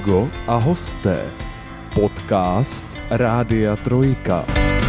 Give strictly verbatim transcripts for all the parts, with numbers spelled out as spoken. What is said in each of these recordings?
Amigo a hosté. Podcast Rádia Trojka.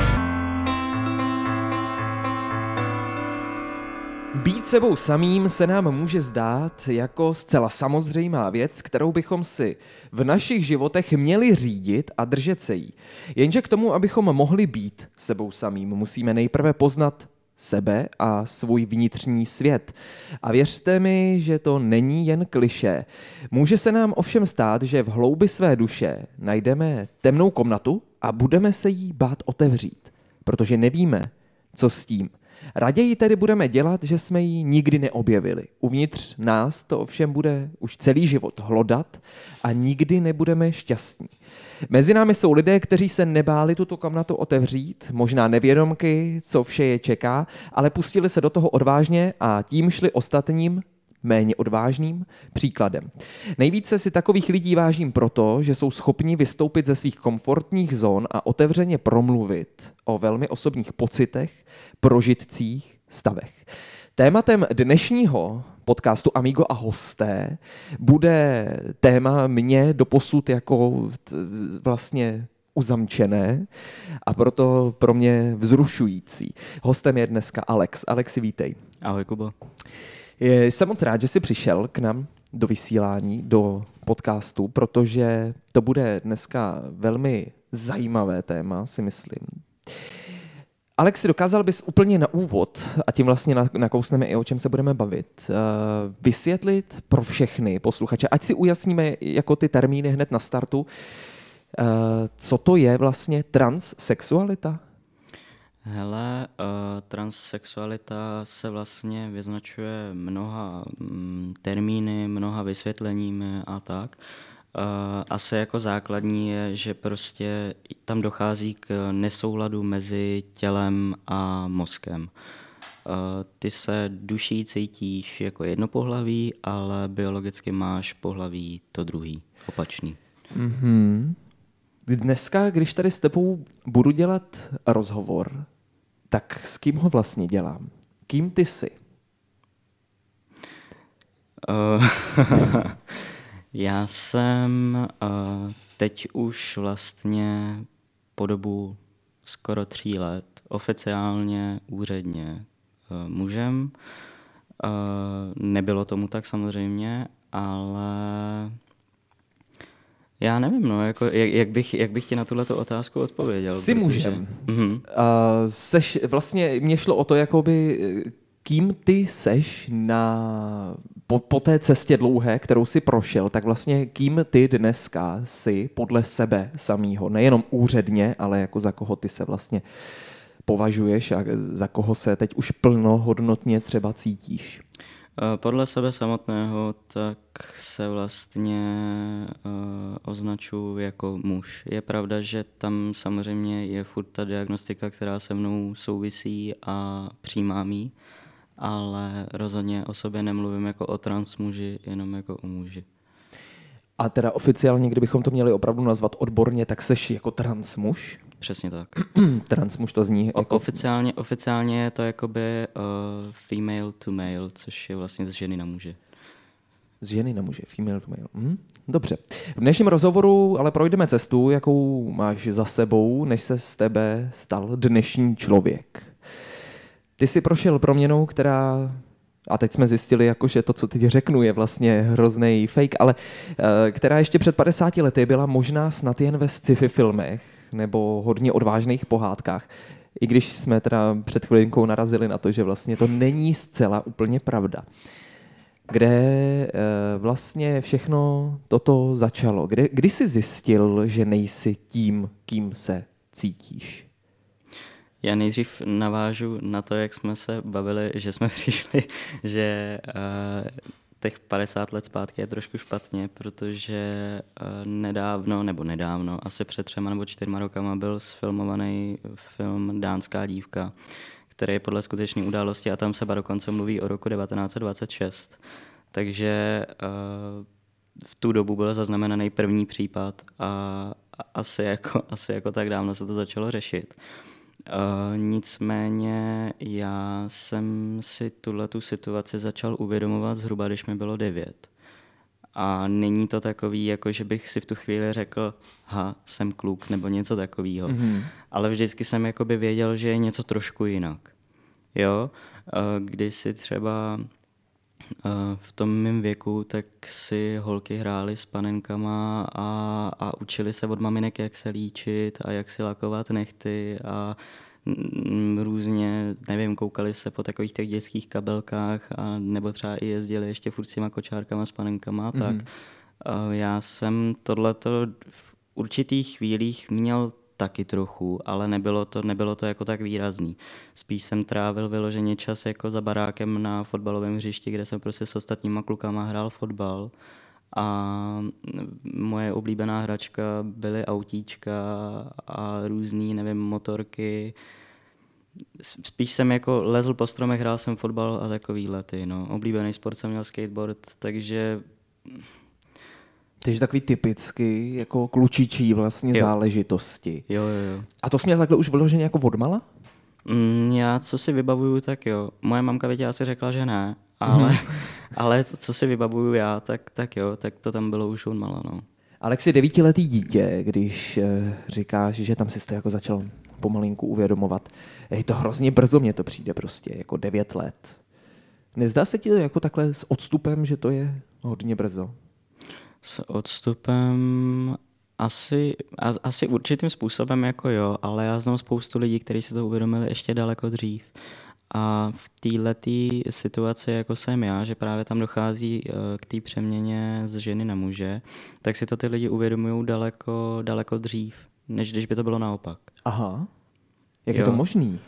Být sebou samým se nám může zdát jako zcela samozřejmá věc, kterou bychom si v našich životech měli řídit a držet se jí. Jenže k tomu, abychom mohli být sebou samým, musíme nejprve poznat sebe a svůj vnitřní svět. A věřte mi, že to není jen klišé. Může se nám ovšem stát, že v hloubi své duše najdeme temnou komnatu a budeme se jí bát otevřít, protože nevíme, co s tím. Raději tedy budeme dělat, že jsme ji nikdy neobjevili. Uvnitř nás to ovšem bude už celý život hlodat a nikdy nebudeme šťastní. Mezi námi jsou lidé, kteří se nebáli tuto komnatu otevřít, možná nevědomky, co vše je čeká, ale pustili se do toho odvážně a tím šli ostatním, méně odvážným, příkladem. Nejvíce si takových lidí vážím proto, že jsou schopni vystoupit ze svých komfortních zón a otevřeně promluvit o velmi osobních pocitech, prožitcích, stavech. Tématem dnešního podcastu Amigo a hosté bude téma mě doposud jako vlastně uzamčené a proto pro mě vzrušující. Hostem je dneska Alex. Alexi, vítej. Ahoj, Kubo. Jsem moc rád, že jsi přišel k nám do vysílání, do podcastu, protože to bude dneska velmi zajímavé téma, si myslím. Alexi, dokázal bys úplně na úvod, a tím vlastně nakousneme i o čem se budeme bavit, vysvětlit pro všechny posluchače, ať si ujasníme jako ty termíny hned na startu, co to je vlastně transsexualita? Hele, uh, transsexualita se vlastně vyznačuje mnoha mm, termíny, mnoha vysvětleními a tak. Uh, asi jako základní je, že prostě tam dochází k nesouladu mezi tělem a mozkem. Uh, ty se duší cítíš jako jedno pohlaví, ale biologicky máš pohlaví to druhý, opačný. Mm-hmm. Dneska, když tady s tebou budu dělat rozhovor, tak s kým ho vlastně dělám? Kým ty jsi? Uh, já jsem uh, teď už vlastně po dobu skoro tří let oficiálně úředně uh, mužem. Uh, nebylo tomu tak samozřejmě, ale já nevím, no, jako, jak, jak, bych, jak bych ti na tuhleto otázku odpověděl. Jsi protože... mužem. Mm-hmm. Uh, seš, vlastně mě šlo o to, jakoby, kým ty seš na, po, po té cestě dlouhé, kterou jsi prošel, tak vlastně kým ty dneska jsi podle sebe samýho. Nejenom úředně, ale jako za koho ty se vlastně považuješ a za koho se teď už plnohodnotně třeba cítíš. Podle sebe samotného tak se vlastně uh, označuji jako muž. Je pravda, že tam samozřejmě je furt ta diagnostika, která se mnou souvisí a přijímám ji, ale rozhodně o sobě nemluvím jako o transmuži, jenom jako o muži. A teda oficiálně, kdybychom to měli opravdu nazvat odborně, tak seš jako transmuž? Přesně tak. Transmuž to zní o, jako... Oficiálně, oficiálně je to jakoby uh, female to male, což je vlastně z ženy na muže. Z ženy na muže, female to male. Hm? Dobře. V dnešním rozhovoru ale projdeme cestu, jakou máš za sebou, než se z tebe stal dnešní člověk. Ty jsi prošel proměnou, která... A teď jsme zjistili, jako, že to, co teď řeknu, je vlastně hrozný fake, ale uh, která ještě před padesáti lety byla možná snad jen ve sci-fi filmech nebo hodně odvážných pohádkách. I když jsme teda před chvilinkou narazili na to, že vlastně to není zcela úplně pravda. Kde uh, vlastně všechno toto začalo? Kde, kdy jsi zjistil, že nejsi tím, kým se cítíš? Já nejdřív navážu na to, jak jsme se bavili, že jsme přišli, že uh, těch padesát let zpátky je trošku špatně, protože uh, nedávno, nebo nedávno, asi před třema nebo čtyřma rokama byl sfilmovaný film Dánská dívka, který je podle skutečné události a tam se dokonce mluví o roku devatenáct set dvacet šest. Takže uh, v tu dobu byl zaznamenaný první případ a, a asi, jako, asi jako tak dávno se to začalo řešit. Uh, nicméně já jsem si tuhletu situaci začal uvědomovat zhruba, když mi bylo devět. A není to takový, jako že bych si v tu chvíli řekl, ha, jsem kluk, nebo něco takového. Mm-hmm. Ale vždycky jsem jakoby věděl, že je něco trošku jinak. Jo, když si třeba v tom mém věku, tak si holky hrály s panenkama a, a učili se od maminek, jak se líčit a jak si lakovat nehty a různě, nevím, koukali se po takových těch dětských kabelkách a nebo třeba i jezdili ještě furt s těma kočárkama s panenkama, mm-hmm. tak já jsem tohleto v určitých chvílích měl taky trochu, ale nebylo to, nebylo to jako tak výrazný. Spíš jsem trávil vyloženě čas jako za barákem na fotbalovém hřišti, kde jsem prostě s ostatníma klukama hrál fotbal a moje oblíbená hračka byly autíčka a různý, nevím, motorky. Spíš jsem jako lezl po stromech, hrál jsem fotbal a takový lety. No. Oblíbený sport jsem měl skateboard, takže... Takže takový typicky jako klučičí vlastně jo. záležitosti. Jo, jo, jo. A to jsi měl takhle už vyloženě jako odmala? Mm, já co si vybavuju, tak jo. Moje mamka by tě asi řekla, že ne, ale, mm. ale co, co si vybavuju já, tak, tak jo, tak to tam bylo už odmala, no. Alex je devítiletý dítě, když e, říkáš, že tam si to jako začal pomalinku uvědomovat. Je to hrozně brzo, mně to přijde prostě, jako devět let. Nezdá se ti jako takhle s odstupem, že to je hodně brzo? S odstupem asi, asi určitým způsobem jako jo, ale já znám spoustu lidí, kteří se to uvědomili ještě daleko dřív. A v této situaci, jako jsem já, že právě tam dochází k té přeměně z ženy na muže, tak si to ty lidi uvědomují daleko, daleko dřív, než když by to bylo naopak. Aha, jak jo. je to možný?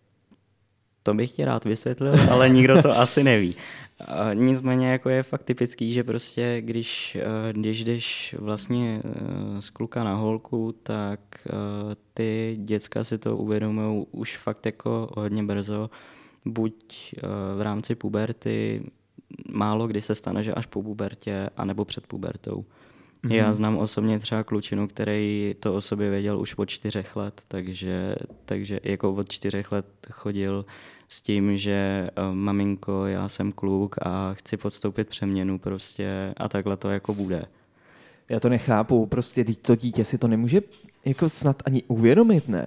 To bych ti rád vysvětlil, ale nikdo to asi neví. Nicméně jako je fakt typický, že prostě když, když jdeš vlastně z kluka na holku, tak ty děcka si to uvědomují už fakt jako hodně brzo, buď v rámci puberty, málo kdy se stane, že až po pubertě, anebo před pubertou. Mm-hmm. Já znám osobně třeba klučinu, který to o sobě věděl už od čtyřech let, takže, takže jako od čtyřech let chodil s tím, že uh, maminko, já jsem kluk a chci podstoupit přeměnu prostě a takhle to jako bude. Já to nechápu, prostě to dítě si to nemůže jako snad ani uvědomit, ne?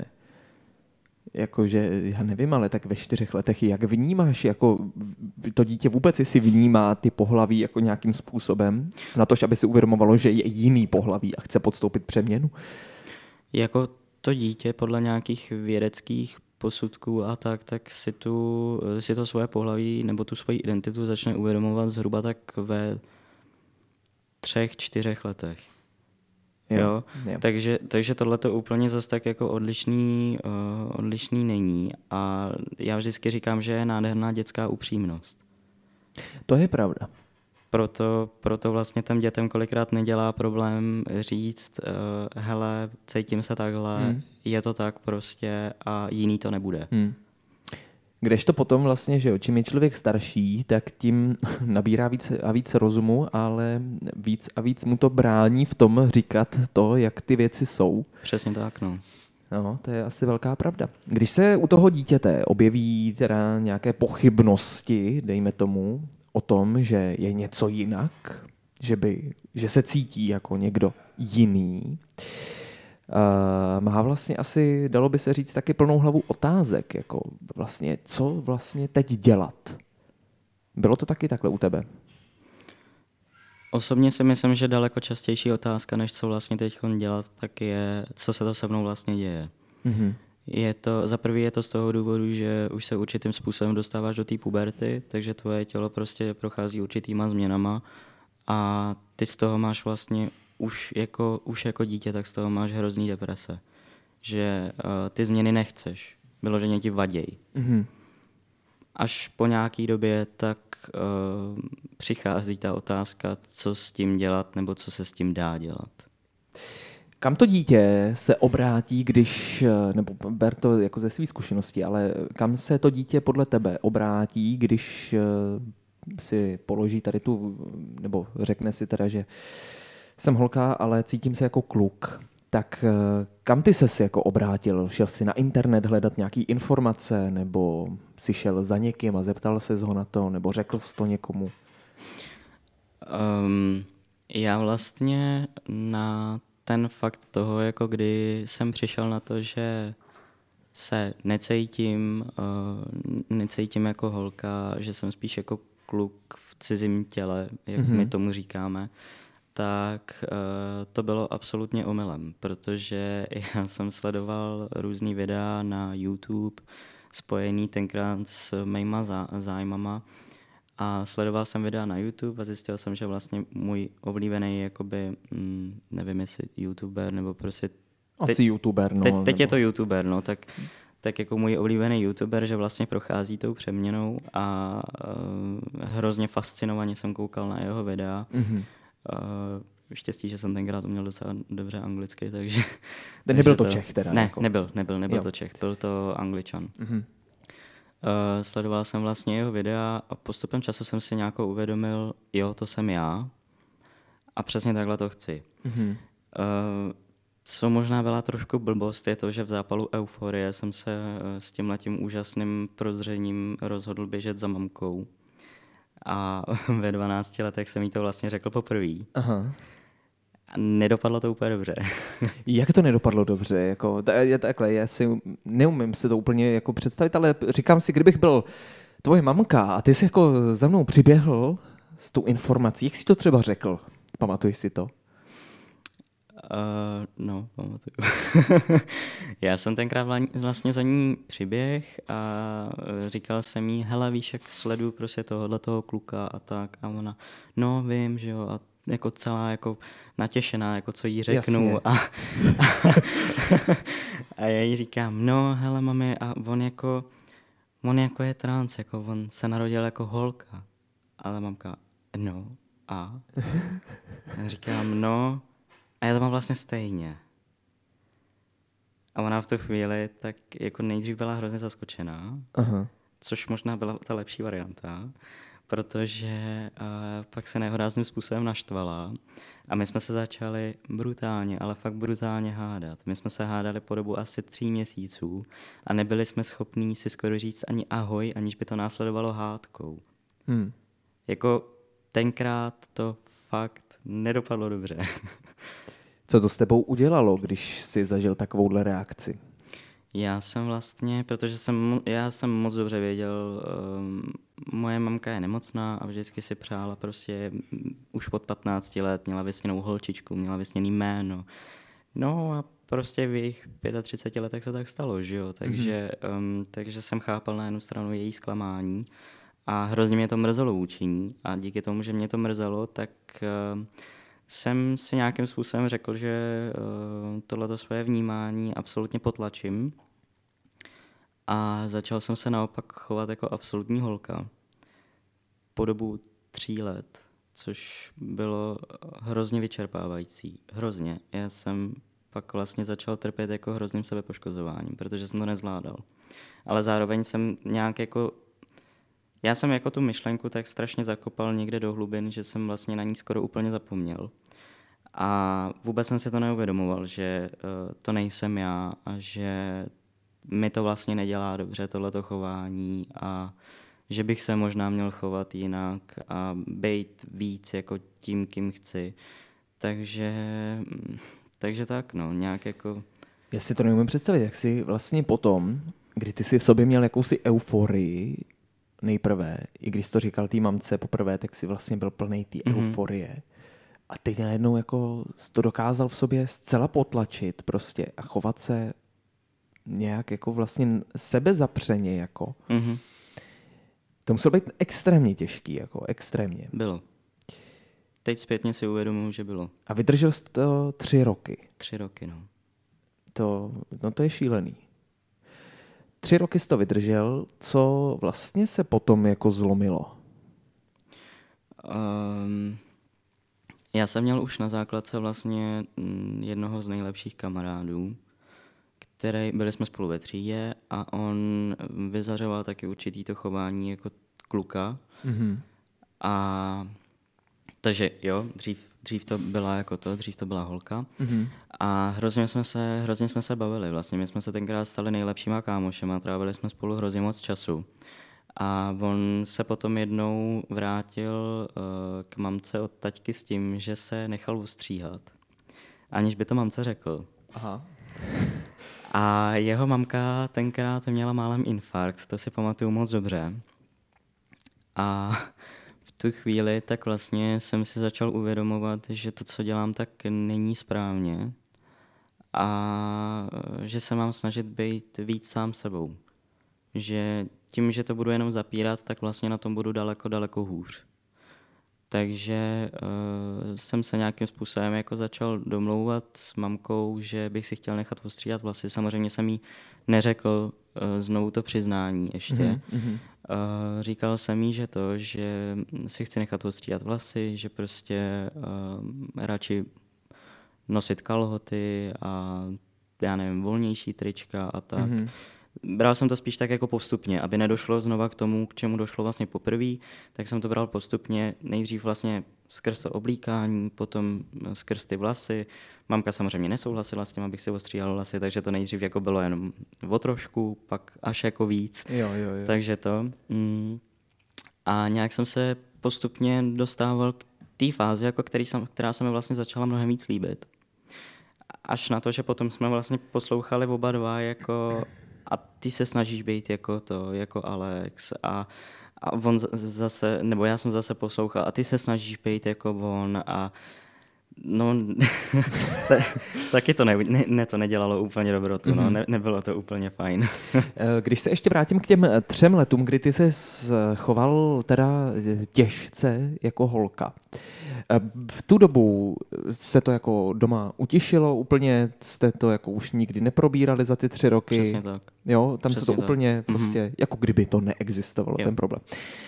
Jakože, já nevím, ale tak ve čtyřech letech, jak vnímáš, jako to dítě vůbec, jestli vnímá ty pohlaví jako nějakým způsobem, na to, aby si uvědomovalo, že je jiný pohlaví a chce podstoupit přeměnu? Jako to dítě podle nějakých vědeckých posudků a tak, tak si, tu, si to svoje pohlaví nebo tu svoji identitu začne uvědomovat zhruba tak ve třech, čtyřech letech. Jo, jo. jo. Takže, takže tohle to úplně zase tak jako odlišný, uh, odlišný není a já vždycky říkám, že je nádherná dětská upřímnost. To je pravda. Proto, proto vlastně těm dětem kolikrát nedělá problém říct, uh, hele, cítím se takhle, hmm. je to tak prostě a jiný to nebude. Hmm. Kdežto potom vlastně, že jo, čím je člověk starší, tak tím nabírá víc a víc rozumu, ale víc a víc mu to brání v tom říkat to, jak ty věci jsou. Přesně tak, no. No, to je asi velká pravda. Když se u toho dítěte objeví teda nějaké pochybnosti, dejme tomu, o tom, že je něco jinak, že, by, že se cítí jako někdo jiný, Uh, má vlastně asi, dalo by se říct, taky plnou hlavu otázek, jako vlastně, co vlastně teď dělat. Bylo to taky takhle u tebe? Osobně si myslím, že daleko častější otázka, než co vlastně teď dělat, tak je, co se to se mnou vlastně děje. Mm-hmm. Je to, za prvý je to z toho důvodu, že už se určitým způsobem dostáváš do té puberty, takže tvoje tělo prostě prochází určitýma změnama a ty z toho máš vlastně Už jako, už jako dítě, tak z toho máš hrozný deprese. Že uh, ty změny nechceš. Vyloženě ti vaděj. Mm-hmm. Až po nějaký době tak uh, přichází ta otázka, co s tím dělat, nebo co se s tím dá dělat. Kam to dítě se obrátí, když, nebo ber to jako ze své zkušenosti, ale kam se to dítě podle tebe obrátí, když uh, si položí tady tu, nebo řekne si teda, že jsem holka, ale cítím se jako kluk. Tak kam ty ses jako obrátil? Šel jsi na internet hledat nějaký informace, nebo jsi šel za někým a zeptal ses ho na to, nebo řekl jsi to někomu? Um, Já vlastně na ten fakt toho, jako kdy jsem přišel na to, že se necítím, uh, necítím jako holka, že jsem spíš jako kluk v cizím těle, jak mm-hmm. my tomu říkáme, tak uh, to bylo absolutně omylem, protože já jsem sledoval různý videa na YouTube spojený tenkrát s mýma zá, zájmama a sledoval jsem videa na YouTube a zjistil jsem, že vlastně můj oblíbený, jakoby, mm, nevím jestli YouTuber nebo prostě... Asi teď, YouTuber, no. Teď, teď nebo... je to YouTuber, no, tak... tak jako můj oblíbený YouTuber, že vlastně prochází tou přeměnou a uh, hrozně fascinovaně jsem koukal na jeho videa. Mm-hmm. Uh, štěstí, že jsem tenkrát uměl docela dobře anglicky, takže... Nebyl to, to Čech teda? Ne, jako... nebyl, nebyl, nebyl to Čech, byl to Angličan. Mm-hmm. Uh, sledoval jsem vlastně jeho videa a postupem času jsem si nějak uvědomil, jo, to jsem já a přesně takhle to chci. Mm-hmm. Uh, Co možná byla trošku blbost, je to, že v zápalu euforie jsem se s tímhletím úžasným prozřením rozhodl běžet za mamkou. A ve dvanácti letech jsem jí to vlastně řekl poprvé. Aha. A nedopadlo to úplně dobře. Jak to nedopadlo dobře? Jako, je takhle, já si neumím si to úplně jako představit, ale říkám si, kdybych byl tvoje mamka a ty jsi jako za mnou přiběhl s tou informací, jak jsi to třeba řekl? Pamatuješ si to? Uh, no, pamatuju. Já jsem tenkrát vlastně za ní přiběh a říkal jsem jí, hele, víš, jak sleduju prostě tohohle toho kluka a tak. A ona, no, vím, že jo, a jako celá jako natěšená, jako co jí řeknu. A, a, a já jí říkám, no, hele, mami, a on jako, on jako je trans, jako on se narodil jako holka. Ale mamka, no, a? Já říkám, no, a já to mám vlastně stejně. A ona v tu chvíli tak jako nejdřív byla hrozně zaskočená, aha. Což možná byla ta lepší varianta, protože uh, pak se nehorázným způsobem naštvala a my jsme se začali brutálně, ale fakt brutálně hádat. My jsme se hádali po dobu asi tří měsíců a nebyli jsme schopní si skoro říct ani ahoj, aniž by to následovalo hádkou. Hmm. Jako tenkrát to fakt nedopadlo dobře. Co to s tebou udělalo, když jsi zažil takovouhle reakci? Já jsem vlastně, protože jsem, já jsem moc dobře věděl, um, moje mamka je nemocná a vždycky si přála prostě už od patnácti let, měla vysněnou holčičku, měla vysněný jméno. No a prostě v jejich třiceti pěti letech se tak stalo, že jo, takže, mm-hmm. um, takže jsem chápal na jednu stranu její zklamání a hrozně mě to mrzelo vůči ní a díky tomu, že mě to mrzelo, tak... Um, jsem si nějakým způsobem řekl, že uh, tohleto svoje vnímání absolutně potlačím a začal jsem se naopak chovat jako absolutní holka po dobu tří let, což bylo hrozně vyčerpávající. Hrozně. Já jsem pak vlastně začal trpět jako hrozným sebepoškozováním, protože jsem to nezvládal. Ale zároveň jsem nějak jako Já jsem jako tu myšlenku tak strašně zakopal někde do hlubin, že jsem vlastně na ní skoro úplně zapomněl. A vůbec jsem si to neuvědomoval, že uh, to nejsem já a že mi to vlastně nedělá dobře tohleto chování a že bych se možná měl chovat jinak a být víc jako tím, kým chci. Takže, takže tak, no, nějak jako... Já si to neumím představit, jak jsi vlastně potom, kdy ty jsi v sobě měl jakousi euforii, nejprve, i když to říkal té mamce poprvé, tak si vlastně byl plnej té mm-hmm. euforie. A teď najednou jako to dokázal v sobě zcela potlačit prostě a chovat se nějak jako vlastně sebezapřeně jako. Mm-hmm. To muselo být extrémně těžký, jako extrémně. Bylo. Teď zpětně si uvědomuji, že bylo. A vydržel jsi to tři roky. Tři roky, no. To, no to je šílený. Tři roky jsi to vydržel, co vlastně se potom jako zlomilo? Um, já jsem měl už na základce vlastně jednoho z nejlepších kamarádů, který, byli jsme spolu ve třídě a on vyzařoval taky určitý to chování jako kluka. Mm-hmm. A takže jo, dřív, dřív to byla jako to, dřív to byla holka. Mm-hmm. A hrozně jsme, se, hrozně jsme se bavili. Vlastně my jsme se tenkrát stali nejlepšíma kámošema, trávili jsme spolu hrozně moc času. A on se potom jednou vrátil uh, k mamce od taťky s tím, že se nechal ustříhat, aniž by to mamce řekl. Aha. A jeho mamka tenkrát měla málem infarkt, to si pamatuju moc dobře. A v tu chvíli tak vlastně jsem si začal uvědomovat, že to, co dělám, tak není správně a že se mám snažit být víc sám sebou. Že tím, že to budu jenom zapírat, tak vlastně na tom budu daleko, daleko hůř. Takže uh, jsem se nějakým způsobem jako začal domlouvat s mamkou, že bych si chtěl nechat ostříhat vlasy. Samozřejmě jsem jí neřekl uh, znovu to přiznání ještě. Mm-hmm. Uh, říkal jsem jí, že to, že si chci nechat ostříhat vlasy, že prostě uh, radši nosit kalhoty a já nevím, volnější trička a tak. Mm-hmm. Bral jsem to spíš tak jako postupně, aby nedošlo znova k tomu, k čemu došlo vlastně poprvé, tak jsem to bral postupně, nejdřív vlastně skrz to oblíkání, potom skrz ty vlasy. Mamka samozřejmě nesouhlasila s tím, abych si ostříhal vlasy, takže to nejdřív jako bylo jenom o trošku, pak až jako víc. Jo, jo, jo. Takže to. Mm, a nějak jsem se postupně dostával k té fázi, jako který jsem, která se mi vlastně začala mnohem víc líbit. Až na to, že potom jsme vlastně poslouchali oba dva jako a ty se snažíš být jako to, jako Alex a, a on zase, nebo já jsem zase poslouchal a ty se snažíš být jako on a no, taky to ne, ne, ne, to nedělalo úplně dobrotu, mm-hmm. no, ne, nebylo to úplně fajn. Když se ještě vrátím k těm třem letům, kdy ty se choval teda těžce jako holka. V tu dobu se to jako doma utišilo, úplně jste to jako už nikdy neprobírali za ty tři roky. Přesně tak. Jo, tam Přesně se to tak. úplně prostě, mm-hmm. jako kdyby to neexistovalo, jo. Ten problém.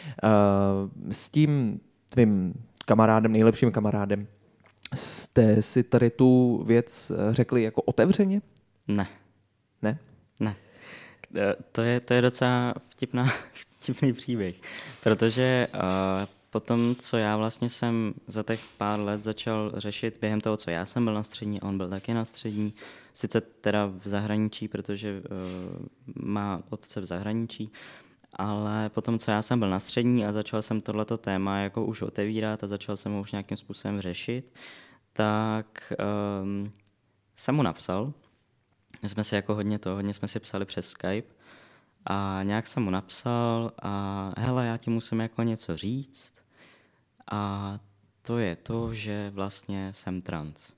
S tím tvým kamarádem, nejlepším kamarádem, jste si tady tu věc řekli jako otevřeně? Ne. Ne? Ne. To je, to je docela vtipná, vtipný příběh, protože uh, potom, co já vlastně jsem za těch pár let začal řešit během toho, co já jsem byl na střední, on byl taky na střední, sice teda v zahraničí, protože uh, má otce v zahraničí, ale potom, co já jsem byl na střední a začal jsem tohleto téma jako už otevírat a začal jsem ho už nějakým způsobem řešit, tak um, jsem mu napsal. My jsme si jako hodně to, hodně jsme si psali přes Skype a nějak jsem mu napsal a hele, já ti musím jako něco říct a to je to, že vlastně jsem trans.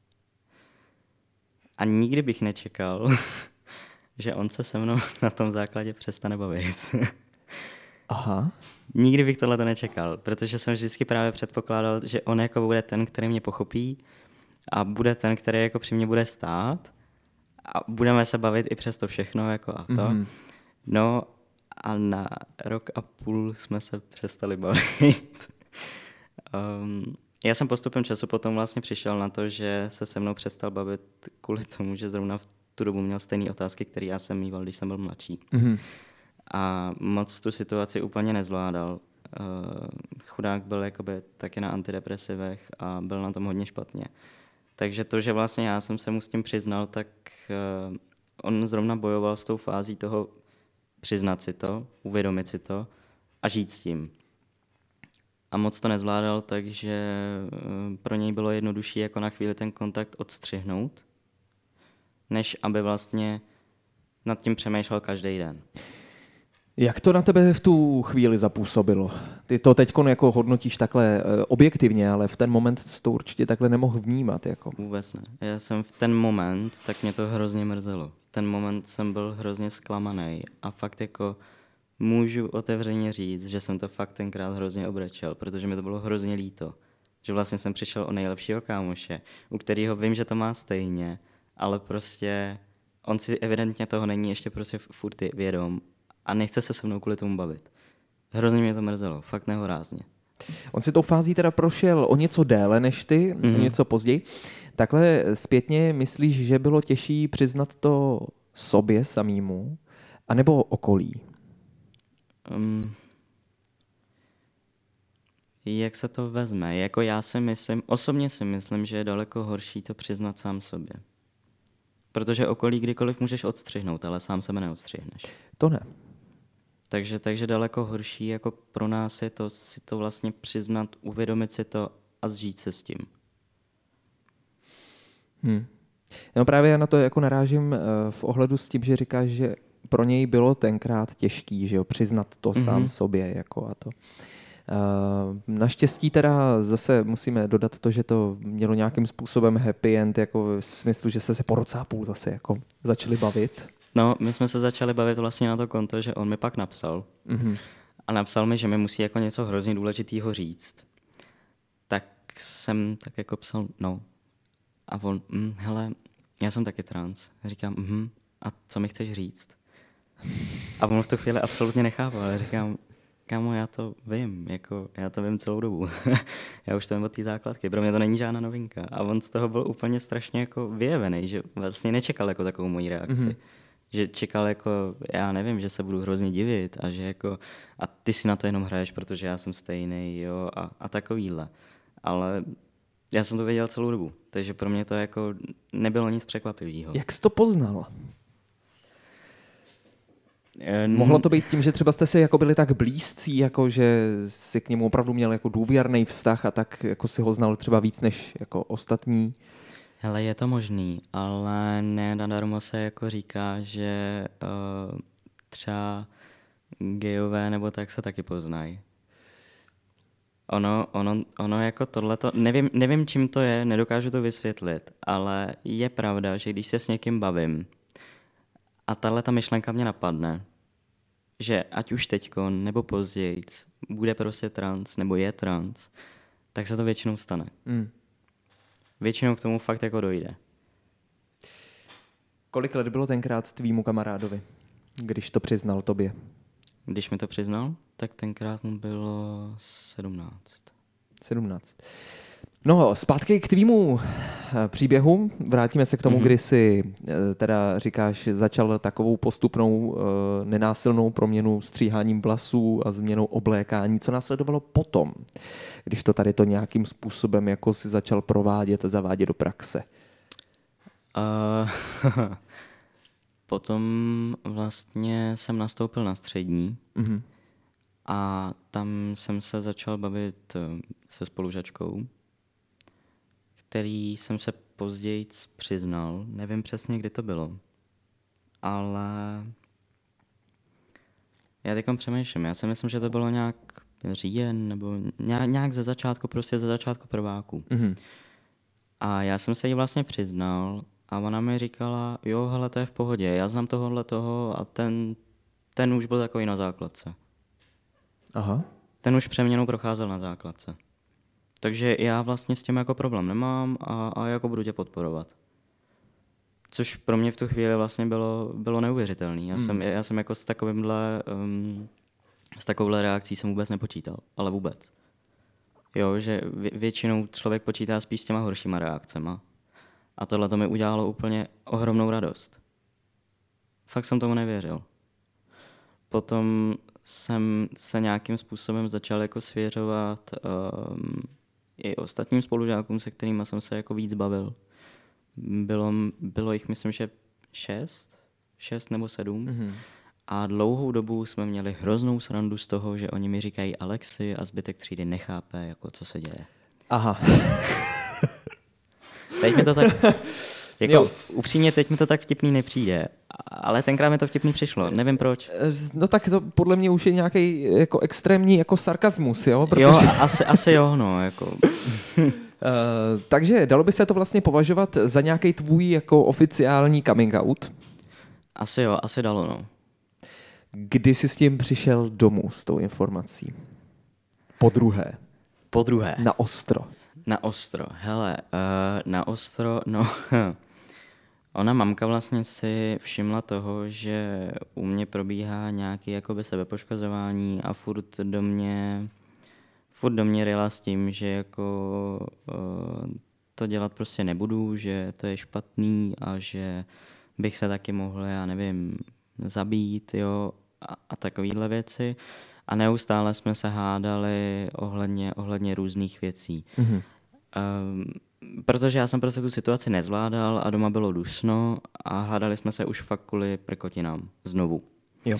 A nikdy bych nečekal, že on se se mnou na tom základě přestane bavit. Aha. Nikdy bych tohle nečekal, protože jsem vždycky právě předpokládal, že on jako bude ten, který mě pochopí a bude ten, který jako při mě bude stát a budeme se bavit i přes to všechno jako a to. Mm-hmm. No a na rok a půl jsme se přestali bavit. um, já jsem postupem času potom vlastně přišel na to, že se se mnou přestal bavit kvůli tomu, že zrovna v tu dobu měl stejné otázky, které já jsem mýval, když jsem byl mladší. Mm-hmm. A moc tu situaci úplně nezvládal. Uh, chudák byl jakoby taky na antidepresivech a byl na tom hodně špatně. Takže to, že vlastně já jsem se mu s tím přiznal, tak uh, on zrovna bojoval s tou fází toho přiznat si to, uvědomit si to a žít s tím. A moc to nezvládal, takže uh, pro něj bylo jednodušší jako na chvíli ten kontakt odstřihnout, než aby vlastně nad tím přemýšlel každý den. Jak to na tebe v tu chvíli zapůsobilo? Ty to teď jako hodnotíš takhle objektivně, ale v ten moment jsi to určitě takhle nemohl vnímat. Jako. Vůbec ne. Já jsem v ten moment, tak mě to hrozně mrzelo. V ten moment jsem byl hrozně zklamaný a fakt jako můžu otevřeně říct, že jsem to fakt tenkrát hrozně obrečel, protože mi to bylo hrozně líto. Že vlastně jsem přišel o nejlepšího kámoše, u kterého vím, že to má stejně, ale prostě on si evidentně toho není ještě prostě furt vědom a nechce se se mnou kvůli tomu bavit. Hrozně mě to mrzelo, fakt nehorázně. On si tou fází teda prošel o něco déle než ty, mm-hmm. o něco později. Takhle zpětně myslíš, že bylo těžší přiznat to sobě samýmu, anebo okolí? Um, jak se to vezme? Jako já si myslím, osobně si myslím, že je daleko horší to přiznat sám sobě. Protože okolí kdykoliv můžeš odstřihnout, ale sám sebe neodstřihneš. To ne. Takže, takže daleko horší jako pro nás je to si to vlastně přiznat, uvědomit si to a zžít se s tím. Hmm. No právě já na to jako narážím v ohledu s tím, že říkáš, že pro něj bylo tenkrát těžký, že jo, přiznat to mm-hmm. sám sobě jako a to. Naštěstí teda zase musíme dodat to, že to mělo nějakým způsobem happy end, jako v smyslu, že se se po roce a půl zase jako začali bavit. No, my jsme se začali bavit vlastně na to konto, že on mi pak napsal. Mm-hmm. A napsal mi, že mi musí jako něco hrozně důležitýho říct. Tak jsem tak jako psal, no. A on, mm, hele, já jsem taky trans. Říkám, mhm, a co mi chceš říct? A on v tu chvíli absolutně nechápal, ale říkám, kámo, já to vím, jako já to vím celou dobu. Já už to vím od té základky, pro mě to není žádná novinka. A on z toho byl úplně strašně jako vyjevený, že vlastně nečekal jako takovou moji reakci. Mm-hmm. Že čekal jako, já nevím, že se budu hrozně divit a že jako, a ty si na to jenom hraješ, protože já jsem stejný, jo, a, a takovýhle. Ale já jsem to věděl celou dobu, takže pro mě to jako nebylo nic překvapivého. Jak jsi to poznal? Mohlo to být tím, že třeba jste si jako byli tak blízcí, jako že si k němu opravdu měl jako důvěrný vztah a tak jako si ho znal třeba víc než jako ostatní? Hele, je to možný, ale ne nadarmo se jako říká, že uh, třeba gejové nebo tak se taky poznají. Ono, ono, ono jako tohleto, nevím, nevím, čím to je, nedokážu to vysvětlit, ale je pravda, že když se s někým bavím a tahle ta myšlenka mě napadne, že ať už teďko nebo později bude prostě trans nebo je trans, tak se to většinou stane. Mm. Většinou k tomu fakt jako dojde. Kolik let bylo tenkrát tvýmu kamarádovi, když to přiznal tobě? Když mi to přiznal, tak tenkrát mu bylo sedmnáct. sedmnáct. No, zpátky k tvýmu příběhu. Vrátíme se k tomu, mm-hmm. kdy jsi, teda říkáš, začal takovou postupnou nenásilnou proměnu stříháním vlasů a změnou oblékání. Co následovalo potom, když to tady to nějakým způsobem jako si začal provádět a zavádět do praxe? Uh, potom vlastně jsem nastoupil na střední mm-hmm. a tam jsem se začal bavit se spolužačkou, který jsem se později přiznal, nevím přesně, kdy to bylo, ale já teď přemýšlím, já si myslím, že to bylo nějak říjen, nebo nějak ze začátku, prostě ze začátku prváku. Mm-hmm. A já jsem se jí vlastně přiznal a ona mi říkala, jo, hele, to je v pohodě, já znám tohohle toho a ten, ten už byl takový na základce. Aha. Ten už přeměnou procházel na základce. Takže já vlastně s tím jako problém nemám a, a jako budu tě podporovat. Což pro mě v tu chvíli vlastně bylo, bylo neuvěřitelné. Já, hmm. jsem, já jsem jako s takovýmhle, um, s takovouhle reakcí jsem vůbec nepočítal, ale vůbec. Jo, že vě, většinou člověk počítá spíš s těma horšíma reakcema. A tohle to mi udělalo úplně ohromnou radost. Fakt jsem tomu nevěřil. Potom jsem se nějakým způsobem začal jako svěřovat um, i ostatním spolužákům, se kterými jsem se jako víc bavil. Bylo, bylo jich, myslím, že šest, šest nebo sedm. Mm-hmm. A dlouhou dobu jsme měli hroznou srandu z toho, že oni mi říkají Alexi a zbytek třídy nechápe, jako co se děje. Aha. Teď mi to tak... Jako, upřímně, teď mi to tak vtipný nepřijde, ale tenkrát mi to vtipný přišlo, nevím proč. No tak to podle mě už je nějaký jako extrémní jako sarkazmus, jo? Protože... Jo, asi, asi jo, no, jako... uh, takže dalo by se to vlastně považovat za nějaký tvůj jako oficiální coming out? Asi jo, asi dalo, no. Kdy jsi s tím přišel domů s tou informací? Po druhé. Po druhé. Na ostro. Na ostro, hele, uh, na ostro, no... Ona mamka vlastně si všimla toho, že u mě probíhá nějaké jakoby sebepoškozování a furt do mě, furt do mě ryla s tím, že jako uh, to dělat prostě nebudu, že to je špatný a že bych se taky mohl, já nevím, zabít, jo, a, a takovýhle věci. A neustále jsme se hádali ohledně, ohledně různých věcí. Mm-hmm. Um, protože já jsem prostě tu situaci nezvládal a doma bylo dusno a hádali jsme se už fakt kvůli prkotinám. Znovu. Jo.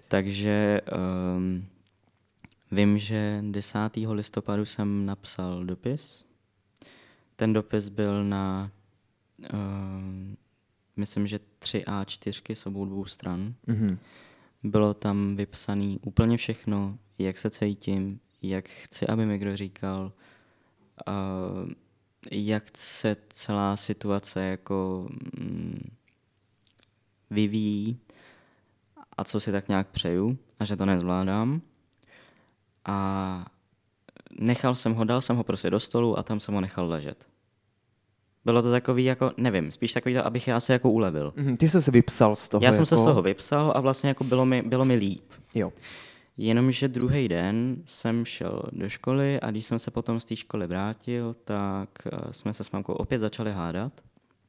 Takže um, vím, že desátého listopadu jsem napsal dopis. Ten dopis byl na, um, myslím, že tři á čtyři s obou dvou stran. Mm-hmm. Bylo tam vypsané úplně všechno, jak se cítím, jak chci, aby mi kdo říkal, uh, jak se celá situace jako mm, vyvíjí a co si tak nějak přeju a že to nezvládám. A nechal jsem ho, dal jsem ho prostě do stolu a tam jsem ho nechal ležet. Bylo to takový jako, nevím, spíš takový to, abych já se jako ulevil. Mm, ty jsi se vypsal z toho. Já jako... jsem se z toho vypsal a vlastně jako bylo mi, bylo mi líp. Jo. Jenomže druhý den jsem šel do školy a když jsem se potom z té školy vrátil, tak jsme se s mamkou opět začali hádat.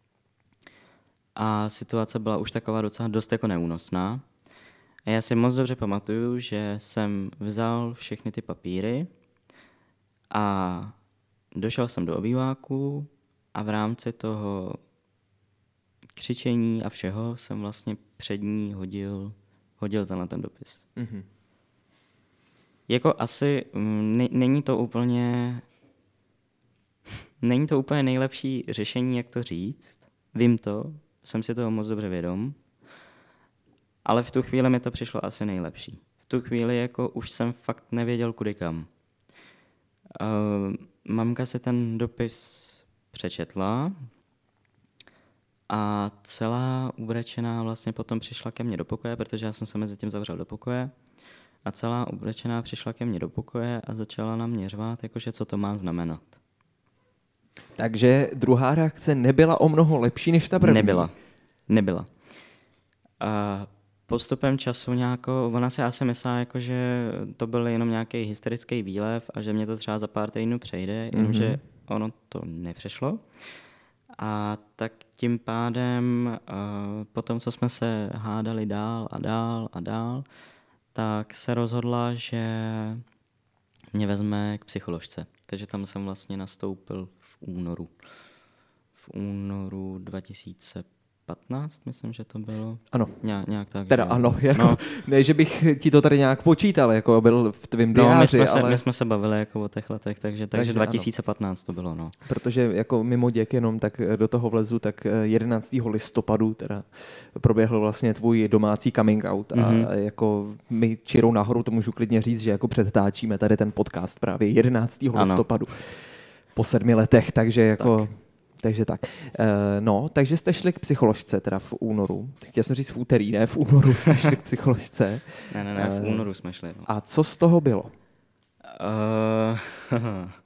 A situace byla už taková docela dost jako neúnosná. A já si moc dobře pamatuju, že jsem vzal všechny ty papíry a došel jsem do obýváku a v rámci toho křičení a všeho jsem vlastně před ní hodil, hodil tenhle ten dopis. Mm-hmm. Jako asi n- není to úplně není to úplně nejlepší řešení, jak to říct. Vím to, jsem si toho moc dobře vědom, ale v tu chvíli mi to přišlo asi nejlepší. V tu chvíli jako už jsem fakt nevěděl kudy kam. Uh, mamka si ten dopis přečetla a celá ubrečená vlastně potom přišla ke mně do pokoje, protože já jsem se mezi tím zavřel do pokoje. A celá ubrečená přišla ke mně do pokoje a začala na mě řvát, jakože co to má znamenat. Takže druhá reakce nebyla o mnoho lepší než ta první. Nebyla. Nebyla. A postupem času nějako, ona si asi myslela, jako, že to byl jenom nějaký hysterický výlev a že mě to třeba za pár týdnů přejde, mm-hmm. jenomže ono to nepřešlo. A tak tím pádem uh, potom, co jsme se hádali dál a dál a dál, tak se rozhodla, že mě vezme k psycholožce. Takže tam jsem vlastně nastoupil v únoru. V únoru dva tisíce patnáct, myslím, že to bylo. Ano. Ně, nějak tak. Teda že... ano, jako, no. Ne, že bych ti to tady nějak počítal, jako byl v tvým diáři, no, my jsme, ale... se, my jsme se bavili jako o těch letech, takže, takže, takže dva tisíce patnáct ano. To bylo, no. Protože jako mimo děk jenom tak do toho vlezu, tak jedenáctého listopadu teda proběhl vlastně tvůj domácí coming out mm-hmm. a jako my čirou nahoru to můžu klidně říct, že jako předtáčíme tady ten podcast právě jedenáctého listopadu po sedmi letech, takže jako... Tak. Takže tak. Uh, no, takže jste šli k psycholožce teda v únoru. Chtěl jsem říct v úterý, ne? V únoru jste šli k psycholožce. ne, ne, ne, v únoru jsme šli. No. A co z toho bylo? Uh,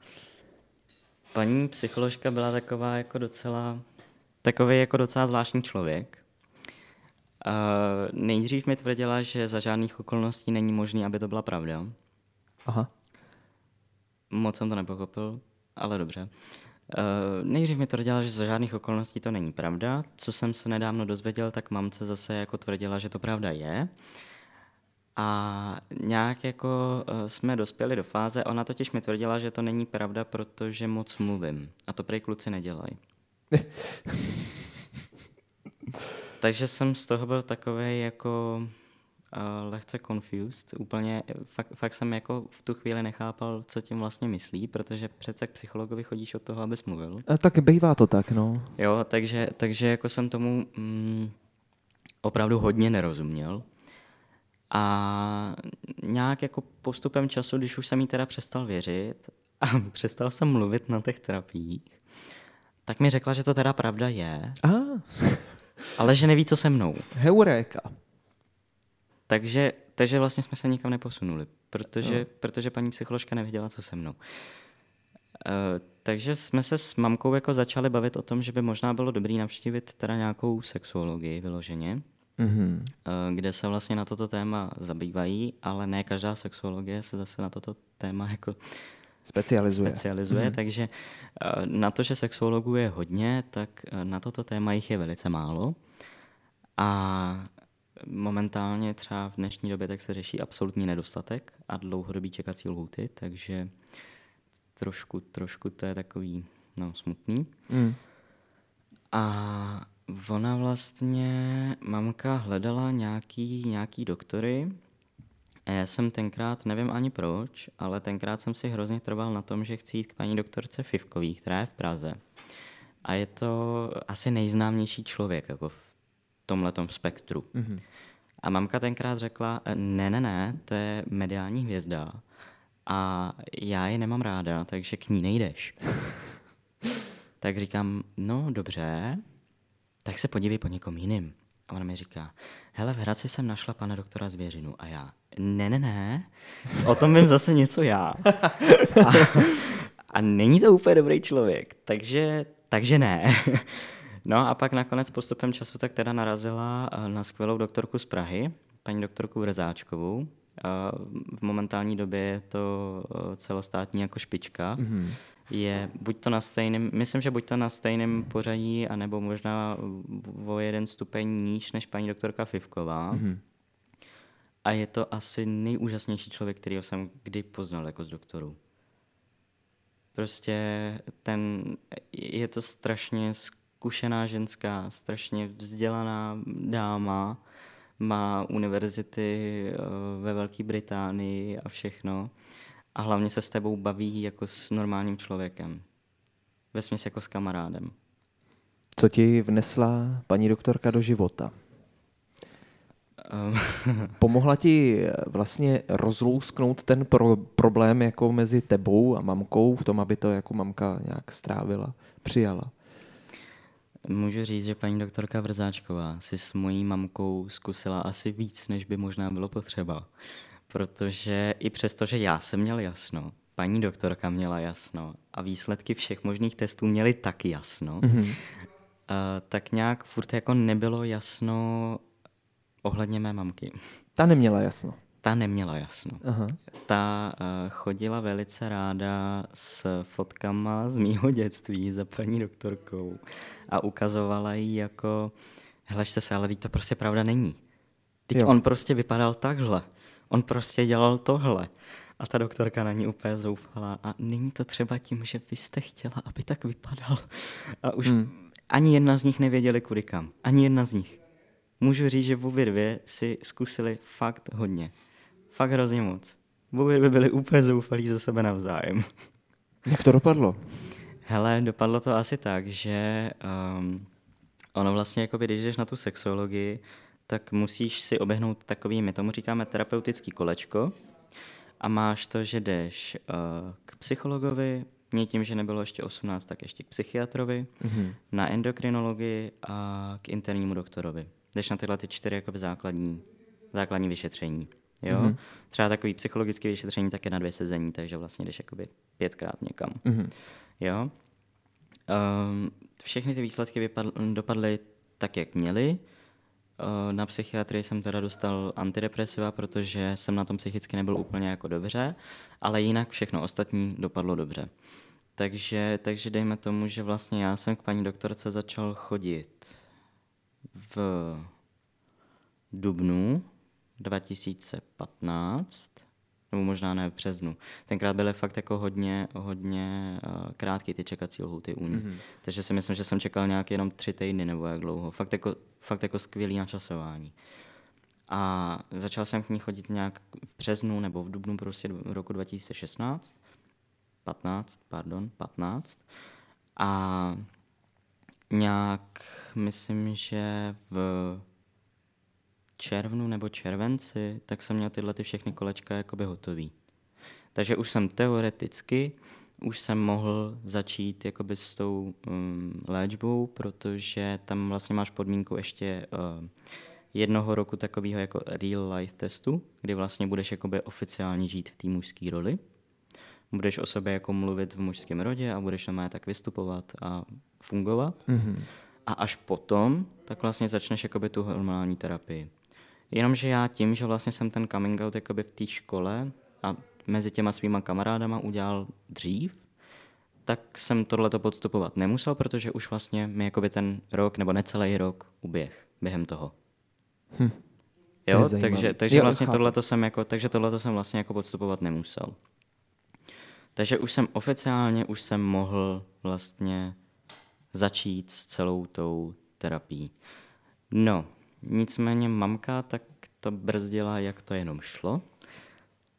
paní psycholožka byla taková jako docela, takový jako docela zvláštní člověk. Uh, nejdřív mi tvrdila, že za žádných okolností není možné, aby to byla pravda. Aha. Moc jsem to nepochopil, ale dobře. Uh, nejdřív mi tvrdila, že za žádných okolností to není pravda. Co jsem se nedávno dozvěděl, tak mamce zase jako tvrdila, že to pravda je. A nějak jako uh, jsme dospěli do fáze, ona totiž mi tvrdila, že to není pravda, protože moc mluvím. A to prej kluci nedělají. Takže jsem z toho byl takovej jako uh, lehce confused. Úplně, fakt, fakt jsem jako v tu chvíli nechápal, co tím vlastně myslí, protože přece k psychologovi chodíš od toho, abys mluvil. A tak bývá to tak, no. Jo, takže, takže jako jsem tomu mm, opravdu hodně nerozuměl. A nějak jako postupem času, když už jsem jí teda přestal věřit a přestal jsem mluvit na těch terapiích, tak mi řekla, že to teda pravda je, ah. ale že neví, co se mnou. Heuréka. Takže, takže vlastně jsme se nikam neposunuli, protože, no. protože paní psycholožka nevěděla, co se mnou. Uh, takže jsme se s mamkou jako začali bavit o tom, že by možná bylo dobré navštívit teda nějakou sexuologii vyloženě, mm-hmm. uh, kde se vlastně na toto téma zabývají, ale ne každá sexuologie se zase na toto téma jako specializuje. specializuje mm-hmm. Takže uh, na to, že sexuologů je hodně, tak uh, na toto téma jich je velice málo. A momentálně třeba v dnešní době tak se řeší absolutní nedostatek a dlouhodobý čekací lhůty, takže trošku, trošku to je takový no, smutný. Mm. A ona vlastně, mamka hledala nějaký, nějaký doktory Já jsem tenkrát, nevím ani proč, ale tenkrát jsem si hrozně trval na tom, že chci jít k paní doktorce Fivkový, která je v Praze. A je to asi nejznámější člověk jako v tomhletom spektru. Mm-hmm. A mamka tenkrát řekla, ne, ne, ne, to je mediální hvězda a já ji nemám ráda, takže k ní nejdeš. Tak říkám, no dobře, tak se podívej po někom jiným. A ona mi říká, hele, v Hradci jsem našla pana doktora Zvěřinu. A já, ne, ne, ne, o tom vím zase něco já. A, a není to úplně dobrý člověk, takže, takže ne. No a pak nakonec postupem času tak teda narazila na skvělou doktorku z Prahy, paní doktorku Vrzáčkovou. V momentální době je to celostátní jako špička. Mm-hmm. Je buď to na stejném, myslím, že buď to na stejném pořadí, anebo možná o jeden stupeň níž než paní doktorka Fivková. Mm-hmm. A je to asi nejúžasnější člověk, kterýho jsem kdy poznal jako z doktorů. Prostě ten, je to strašně zkušená ženská, strašně vzdělaná dáma, má univerzity ve Velké Británii a všechno. A hlavně se s tebou baví jako s normálním člověkem. Vesměs jako s kamarádem. Co ti vnesla paní doktorka do života? Pomohla ti vlastně rozlousknout ten pro- problém jako mezi tebou a mamkou v tom, aby to jako mamka nějak strávila, přijala? Můžu říct, že paní doktorka Vrzáčková si s mojí mamkou zkusila asi víc, než by možná bylo potřeba. Protože i přesto, že já jsem měl jasno, paní doktorka měla jasno a výsledky všech možných testů měly taky jasno, mm-hmm. uh, tak nějak furt jako nebylo jasno ohledně mé mamky. Ta neměla jasno? Ta neměla jasno. Aha. Ta uh, chodila velice ráda s fotkama z mýho dětství za paní doktorkou a ukazovala jí jako, hleďte se, ale to prostě pravda není. Teď on prostě vypadal takhle. On prostě dělal tohle. A ta doktorka na ní úplně zoufala. A není to třeba tím, že vy jste chtěla, aby tak vypadal. A už hmm. ani jedna z nich nevěděli kudy kam. Ani jedna z nich. Můžu říct, že obě dvě si zkusili fakt hodně. Fakt hrozně moc. Obě dvě byly úplně zoufalí ze sebe navzájem. Jak to dopadlo? Hele, dopadlo to asi tak, že um, ono vlastně, jakoby, když jdeš na tu sexologii, tak musíš si oběhnout takový, my tomu říkáme terapeutický kolečko a máš to, že jdeš uh, k psychologovi, mě tím, že nebylo ještě osmnáct, tak ještě k psychiatrovi, mm-hmm. na endokrinologii a k internímu doktorovi. Jdeš na tyhle ty čtyři jakoby základní, základní vyšetření. Jo? Mm-hmm. Třeba takový psychologický vyšetření tak je na dvě sezení, takže vlastně jdeš jakoby pětkrát někam. Mm-hmm. Jo? Um, všechny ty výsledky vypadly, dopadly tak, jak měly. Na psychiatrii jsem teda dostal antidepresiva, protože jsem na tom psychicky nebyl úplně jako dobře, ale jinak všechno ostatní dopadlo dobře. Takže, takže dejme tomu, že vlastně já jsem k paní doktorce začal chodit v dubnu dva tisíce patnáct, nebo možná ne v březnu. Tenkrát byly fakt jako hodně, hodně uh, krátký ty čekací lhůty u ní. Mm-hmm. Takže si myslím, že jsem čekal nějak jenom tři týdny nebo jak dlouho. Fakt jako, fakt jako skvělý načasování. A začal jsem k ní chodit nějak v březnu nebo v dubnu prostě roku dva tisíce šestnáct. patnáct, pardon, patnáct. A nějak myslím, že v červnu nebo červenci, tak jsem měl tyhle ty všechny kolečka jakoby hotový. Takže už jsem teoreticky, už jsem mohl začít jakoby s tou um, léčbou, protože tam vlastně máš podmínku ještě uh, jednoho roku takového jako real life testu, kdy vlastně budeš jakoby oficiálně žít v té mužské roli. Budeš o sobě jako mluvit v mužském rodě a budeš normálně tak vystupovat a fungovat. Mm-hmm. A až potom, tak vlastně začneš jakoby tu hormonální terapii. Jenomže já tím, že vlastně jsem ten coming out jakoby v té škole a mezi těma svýma kamarádama udělal dřív, tak jsem tohleto podstupovat nemusel, protože už vlastně mi jakoby ten rok nebo necelý rok uběh během toho. Hm. Jo, to takže, takže vlastně tohleto jsem jako, takže tohleto jsem vlastně jako podstupovat nemusel. Takže už jsem oficiálně, už jsem mohl vlastně začít s celou tou terapií. No, nicméně mamka tak to brzdila, jak to jenom šlo.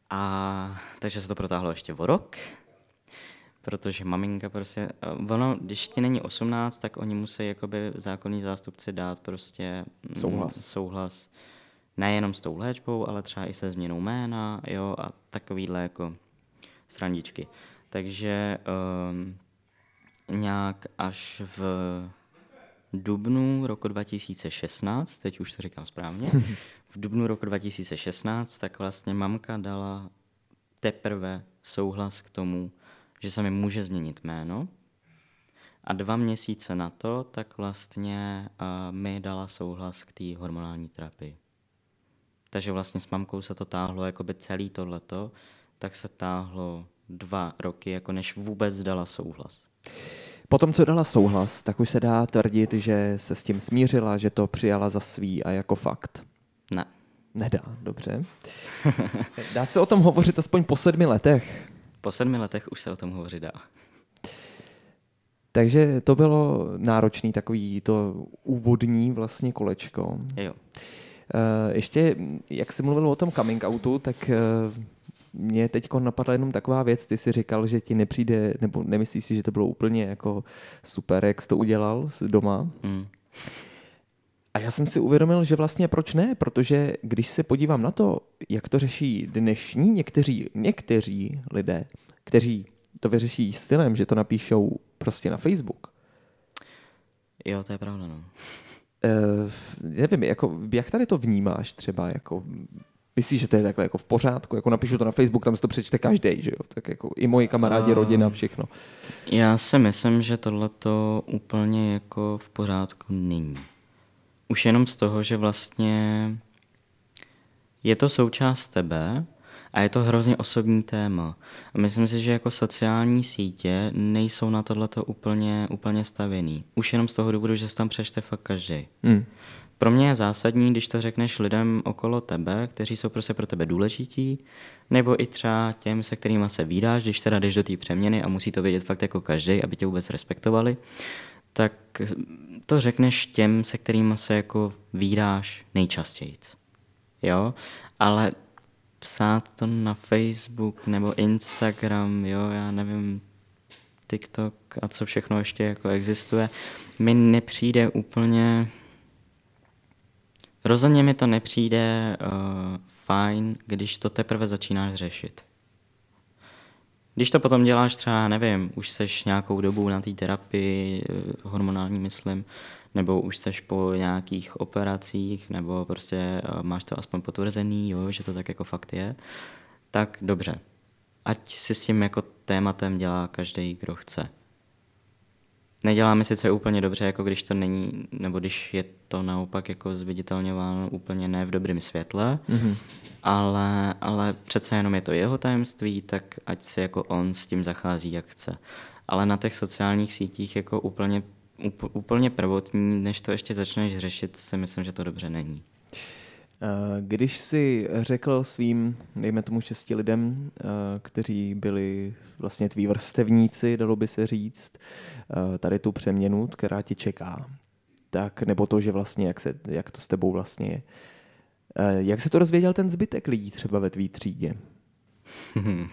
A takže se to protáhlo ještě o rok, protože maminka prostě, ono, když ti není osmnáct, tak oni musí jakoby zákonní zástupci dát prostě Souhlas. Mm, souhlas nejenom s tou léčbou, ale třeba i se změnou jména, jo, a takovýhle jako srandičky. Takže um, nějak až v dubnu roku dva tisíce šestnáct, teď už to říkám správně, v dubnu roku dva tisíce šestnáct, tak vlastně mamka dala teprve souhlas k tomu, že se mi může změnit jméno. A dva měsíce na to, tak vlastně uh, mi dala souhlas k té hormonální terapii. Takže vlastně s mamkou se to táhlo, jakoby celý tohleto, tak se táhlo dva roky, jako než vůbec dala souhlas. Potom, co dala souhlas, tak už se dá tvrdit, že se s tím smířila, že to přijala za svý a jako fakt. Ne. Nedá, dobře. Dá se o tom hovořit aspoň po sedmi letech? Po sedmi letech už se o tom hovořit dá. Takže to bylo náročný takový to úvodní vlastně kolečko. Jo. Ještě, jak jsi mluvil o tom coming outu, tak mě teď napadla jenom taková věc, ty jsi říkal, že ti nepřijde, nebo nemyslíš si, že to bylo úplně jako super, jak jsi to udělal doma. Mm. A já jsem si uvědomil, že vlastně proč ne, protože když se podívám na to, jak to řeší dnešní někteří, někteří lidé, kteří to vyřeší stylem, že to napíšou prostě na Facebook. Jo, to je pravda, no. Uh, nevím, jako, jak tady to vnímáš třeba, jako, myslíš, že to je takhle jako v pořádku, jako napíšu to na Facebook, tam si to přečte každej, že jo, tak jako i moji kamarádi, uh, rodina, všechno. Já si myslím, že tohleto úplně jako v pořádku není. Už jenom z toho, že vlastně je to součást tebe a je to hrozně osobní téma. A myslím si, že jako sociální sítě nejsou na tohleto úplně, úplně stavěný. Už jenom z toho důvodu, že se tam přečte fakt každý. Hmm. Pro mě je zásadní, když to řekneš lidem okolo tebe, kteří jsou prostě pro tebe důležití, nebo i třeba těm, se kterými se vídáš, když teda jdeš do té přeměny a musí to vědět fakt jako každý, aby tě vůbec respektovali, tak to řekneš těm, se kterými se jako vídáš nejčastěji. Jo, ale psát to na Facebook nebo Instagram, jo, já nevím, TikTok a co všechno ještě jako existuje, mi nepřijde úplně... Rozhodně mi to nepřijde uh, fajn, když to teprve začínáš řešit. Když to potom děláš třeba, nevím, už seš nějakou dobu na té terapii, hormonální myslím, nebo už seš po nějakých operacích, nebo prostě uh, máš to aspoň potvrzený, jo, že to tak jako fakt je, tak dobře. Ať si s tím jako tématem dělá každý, kdo chce. Neděláme sice úplně dobře, jako když to není, nebo když je to naopak jako zviditelňováno úplně ne v dobrém světle, mm-hmm. ale, ale přece jenom je to jeho tajemství, tak ať si jako on s tím zachází, jak chce. Ale na těch sociálních sítích jako úplně, úplně prvotní, než to ještě začneš řešit, si myslím, že to dobře není. Když jsi řekl svým, dejme tomu šesti lidem, kteří byli vlastně tví vrstevníci, dalo by se říct, tady tu přeměnu, která tě čeká, tak nebo to, že vlastně, jak, se, jak to s tebou vlastně je. Jak se to dozvěděl ten zbytek lidí třeba ve tvý třídě? um,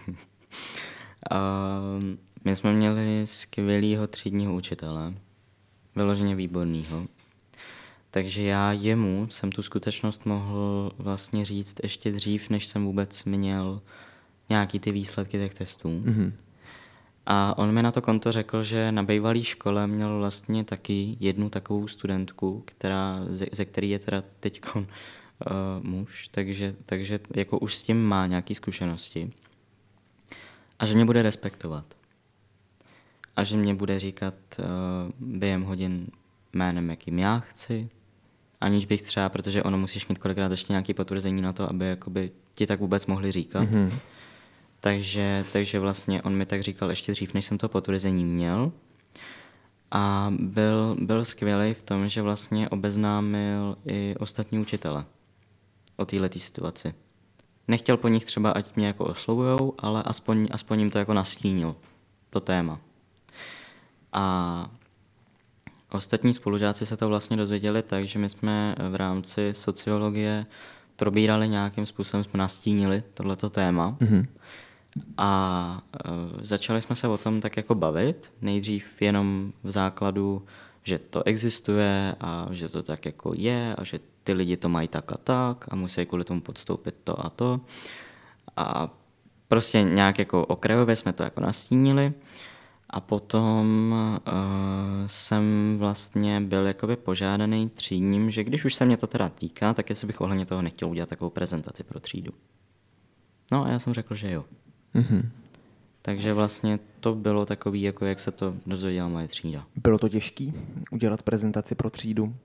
my jsme měli skvělýho třídního učitele, vyloženě výbornýho. Takže já jemu jsem tu skutečnost mohl vlastně říct ještě dřív, než jsem vůbec měl nějaký ty výsledky těch testů. Mm-hmm. A on mi na to konto řekl, že na bývalé škole měl vlastně taky jednu takovou studentku, která, ze, ze který je teda teďkon uh, muž, takže, takže jako už s tím má nějaké zkušenosti. A že mě bude respektovat. A že mě bude říkat uh, během hodin jménem, jakým já chci, aniž bych třeba, protože ono musíš mít kolikrát ještě nějaké potvrzení na to, aby jakoby ti tak vůbec mohli říkat. Mm-hmm. Takže, takže vlastně on mi tak říkal ještě dřív, než jsem to potvrzení měl. A byl, byl skvělý v tom, že vlastně obeznámil i ostatní učitele o této situaci. Nechtěl po nich třeba, ať mě jako oslovujou, ale aspoň, aspoň jim to jako nastínil, to téma. A ostatní spolužáci se to vlastně dozvěděli tak, že my jsme v rámci sociologie probírali nějakým způsobem, jsme nastínili tohleto téma mm-hmm. a uh, začali jsme se o tom tak jako bavit, nejdřív jenom v základu, že to existuje a že to tak jako je a že ty lidi to mají tak a tak a musí kvůli tomu podstoupit to a to. A prostě nějak jako okrajově jsme to jako nastínili a potom uh, jsem vlastně byl jakoby požádaný třídním, že když už se mě to teda týká, tak jestli bych ohledně toho nechtěl udělat takovou prezentaci pro třídu. No a já jsem řekl, že jo. Mm-hmm. Takže vlastně to bylo takový, jako jak se to dozvěděla moje třída. Bylo to těžký udělat prezentaci pro třídu?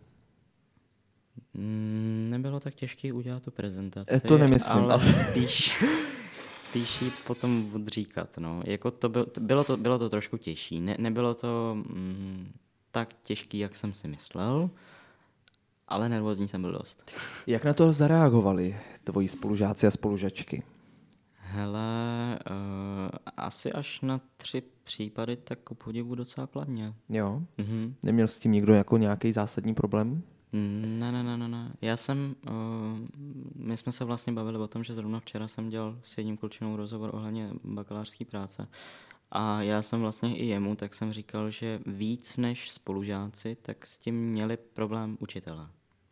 Mm, nebylo tak těžké udělat tu prezentaci, to nemyslím, ale spíš, spíš jí potom odříkat. No. Jako to bylo, bylo, to, bylo to trošku těžší. Ne, nebylo to mm, tak těžký, jak jsem si myslel, ale nervózní jsem byl dost. Jak na to zareagovali tvoji spolužáci a spolužačky? Hele, uh, asi až na tři případy, tak ku podivu docela kladně. Jo? Mhm. Neměl s tím někdo jako nějaký zásadní problém? Ne, ne, ne, ne, ne. Já jsem, uh, my jsme se vlastně bavili o tom, že zrovna včera jsem dělal s jedním klučinou rozhovor ohledně bakalářské práce a já jsem vlastně i jemu, tak jsem říkal, že víc než spolužáci, tak s tím měli problém učitelé.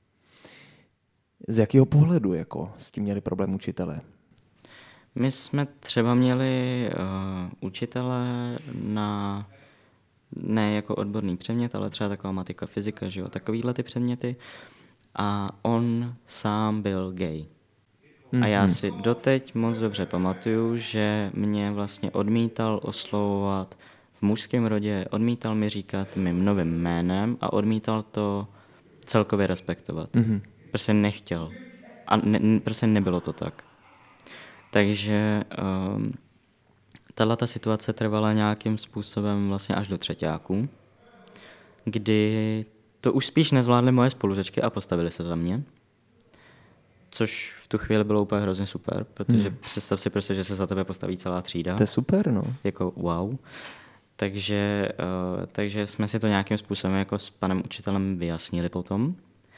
Z jakého pohledu jako s tím měli problém učitelé? My jsme třeba měli uh, učitele na, ne jako odborný předmět, ale třeba taková matika, fyzika, že jo, takovýhle ty předměty. A on sám byl gay. Mm-hmm. A já si doteď moc dobře pamatuju, že mě vlastně odmítal oslovovat v mužském rodě, odmítal mi říkat mým novým jménem a odmítal to celkově respektovat. Mm-hmm. Prostě nechtěl. A ne, prostě nebylo to tak. Takže um, tato situace trvala nějakým způsobem vlastně až do třeťáků, kdy to už spíš nezvládly moje spolužačky a postavili se za mě, což v tu chvíli bylo úplně hrozně super, protože hmm. představ si prostě, že se za tebe postaví celá třída. To je super, no. Jako wow. Takže, uh, takže jsme si to nějakým způsobem jako s panem učitelem vyjasnili potom.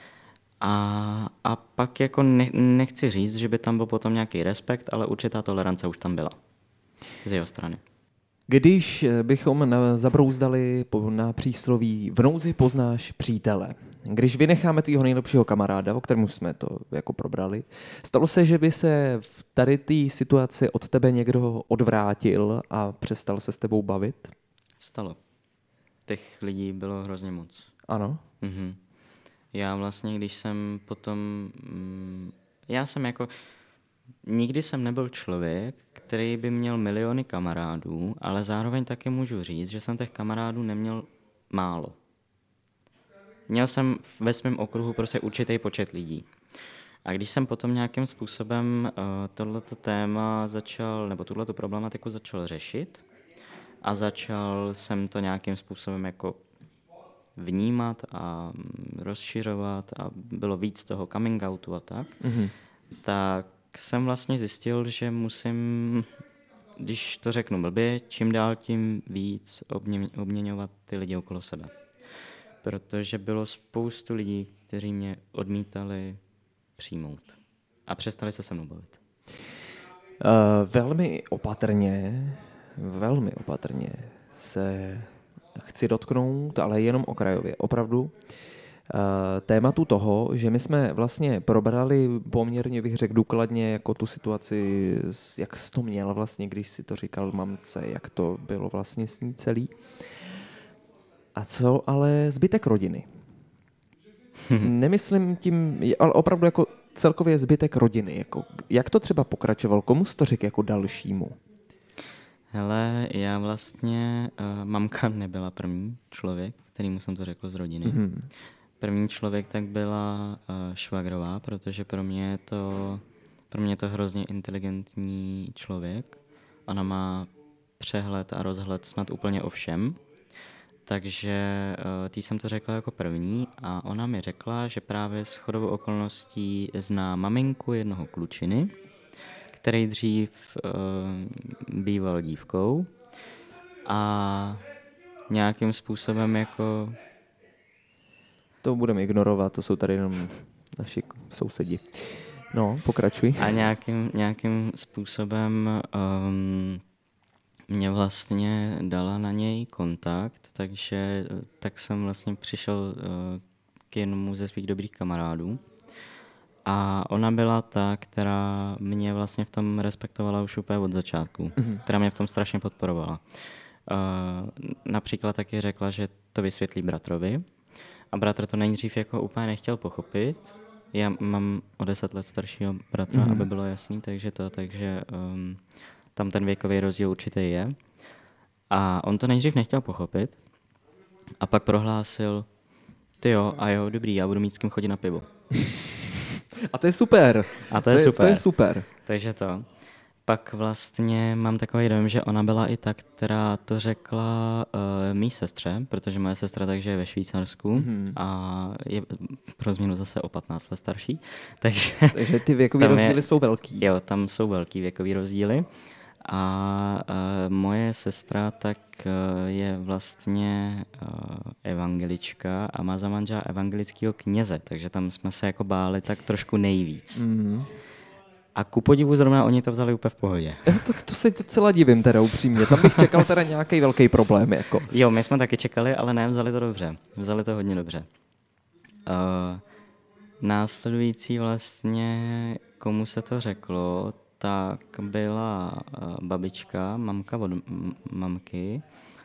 A, a pak jako ne, nechci říct, že by tam byl potom nějaký respekt, ale určitá tolerance už tam byla z jeho strany. Když bychom na, zabrouzdali na přísloví v nouzi poznáš přítele. Když vynecháme tvýho nejlepšího kamaráda, o kterém už jsme to jako probrali, stalo se, že by se v tady té situaci od tebe někdo odvrátil a přestal se s tebou bavit? Stalo. Těch lidí bylo hrozně moc. Ano? Mhm. Já vlastně, když jsem potom, já jsem jako, nikdy jsem nebyl člověk, který by měl miliony kamarádů, ale zároveň taky můžu říct, že jsem těch kamarádů neměl málo. Měl jsem ve svém okruhu prostě určitý počet lidí. A když jsem potom nějakým způsobem uh, tohleto téma začal, nebo tuhletu problematiku začal řešit a začal jsem to nějakým způsobem jako vnímat a rozšiřovat a bylo víc toho coming outu a tak, mm-hmm. tak jsem vlastně zjistil, že musím, když to řeknu blbě, čím dál tím víc obmě, obměňovat ty lidi okolo sebe. Protože bylo spoustu lidí, kteří mě odmítali přijmout a přestali se se mnou bavit. Uh, velmi opatrně, velmi opatrně se chci dotknout, ale jenom okrajově. Opravdu tématu toho, že my jsme vlastně probrali poměrně, bych řekl, důkladně jako tu situaci, jak jsi to měl vlastně, když si to říkal mamce, jak to bylo vlastně s ní celý. A co ale zbytek rodiny? Nemyslím tím, ale opravdu jako celkově zbytek rodiny. Jako, jak to třeba pokračoval? Komu jsi to řekl jako dalšímu? Hele, já vlastně, uh, mamka nebyla první člověk, kterýmu jsem to řekl z rodiny. Mm-hmm. První člověk tak byla uh, švagrová, protože pro mě je to, pro mě je to hrozně inteligentní člověk. Ona má přehled a rozhled snad úplně o všem. Takže uh, tý jsem to řekla jako první a ona mi řekla, že právě shodou okolností zná maminku jednoho klučiny, který dřív uh, býval dívkou a nějakým způsobem jako... To budeme ignorovat, to jsou tady jenom naši sousedi. No, pokračuj. A nějakým, nějakým způsobem um, mě vlastně dala na něj kontakt, takže tak jsem vlastně přišel uh, k jednomu ze svých dobrých kamarádů. A ona byla ta, která mě vlastně v tom respektovala už úplně od začátku, mm-hmm. která mě v tom strašně podporovala. Uh, například taky řekla, že to vysvětlí bratrovi. A bratr to nejdřív jako úplně nechtěl pochopit. Já mám o deset let staršího bratra, mm-hmm. aby bylo jasný, takže to, takže um, tam ten věkový rozdíl určitě je. A on to nejdřív nechtěl pochopit a pak prohlásil, ty jo, a jo, dobrý, já budu mít s kým chodit na pivo. A to je super. A to je, to je super. To je super. Takže to. Pak vlastně mám takový dojem, že ona byla i ta, která to řekla uh, mý sestře, protože moje sestra takže je ve Švýcarsku mm-hmm. a je pro změnu zase o patnáct let starší. Takže, takže ty věkový rozdíly je, jsou velký. Jo, tam jsou velký věkový rozdíly. A uh, moje sestra tak uh, je vlastně uh, evangelička a má za manžela evangelického kněze, takže tam jsme se jako báli tak trošku nejvíc. Mm-hmm. A ku podivu zrovna oni to vzali úplně v pohodě. Jo, to, to se docela divím teda upřímně. Tam bych čekal teda nějaký velký problém. Jako. Jo, my jsme taky čekali, ale ne, vzali to dobře. Vzali to hodně dobře. Uh, následující vlastně, komu se to řeklo, tak byla uh, babička, mamka od m- mamky.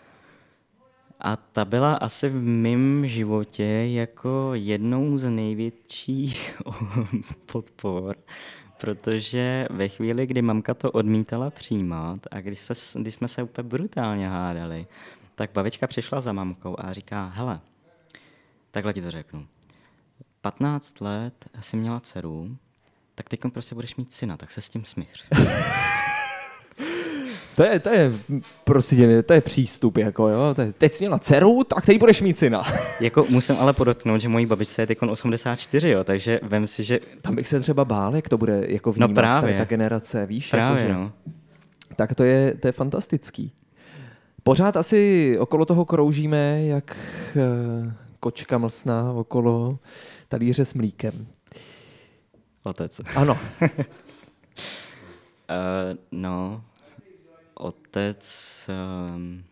A ta byla asi v mém životě jako jednou z největších podpor, protože ve chvíli, kdy mamka to odmítala přijímat a když, se, když jsme se úplně brutálně hádali, tak babička přišla za mamkou a říká, hele, takhle ti to řeknu. patnáct let jsi měla dceru, tak teď prostě budeš mít syna, tak se s tím smíř. To je, to je, prostě, to je přístup, jako jo, to je, teď jsi měla dceru, tak teď budeš mít syna. Jako musím ale podotknout, že mojí babičce je teď osmdesát čtyři, jo, takže vem si, že... Tam bych se třeba bál, jak to bude jako vnímat no právě. Tady ta generace, víš? Právě, jako, že... no. Tak to je, to je fantastický. Pořád asi okolo toho kroužíme, jak kočka mlsná okolo talíře s mlíkem. Otec. Ano. uh, no... Otec, um,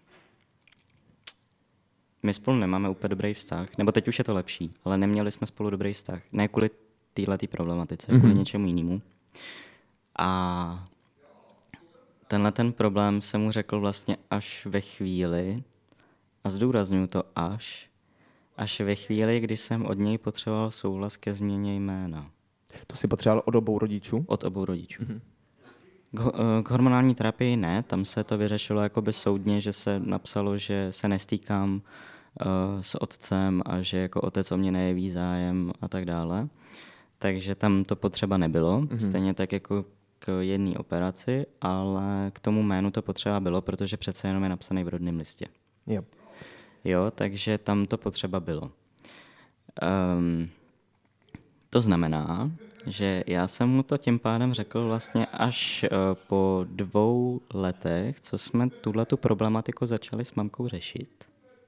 my spolu nemáme úplně dobrý vztah, nebo teď už je to lepší, ale neměli jsme spolu dobrý vztah. Ne kvůli téhletý problematice, mm-hmm. kvůli něčemu jinému. A tenhle ten problém jsem mu řekl vlastně až ve chvíli, a zdůraznuju to až, až ve chvíli, kdy jsem od něj potřeboval souhlas ke změně jména. To si potřeboval od obou rodičů? Od obou rodičů. Mm-hmm. K hormonální terapii ne, tam se to vyřešilo jakoby soudně, že se napsalo, že se nestýkám uh, s otcem a že jako otec o mě nejeví zájem a tak dále. Takže tam to potřeba nebylo, mm-hmm. stejně tak jako k jedné operaci, ale k tomu jménu to potřeba bylo, protože přece jenom je napsaný v rodném listě. Jo. Jo, takže tam to potřeba bylo. Um, to znamená, že já jsem mu to tím pádem řekl vlastně až uh, po dvou letech, co jsme tuhletu problematiku začali s mamkou řešit.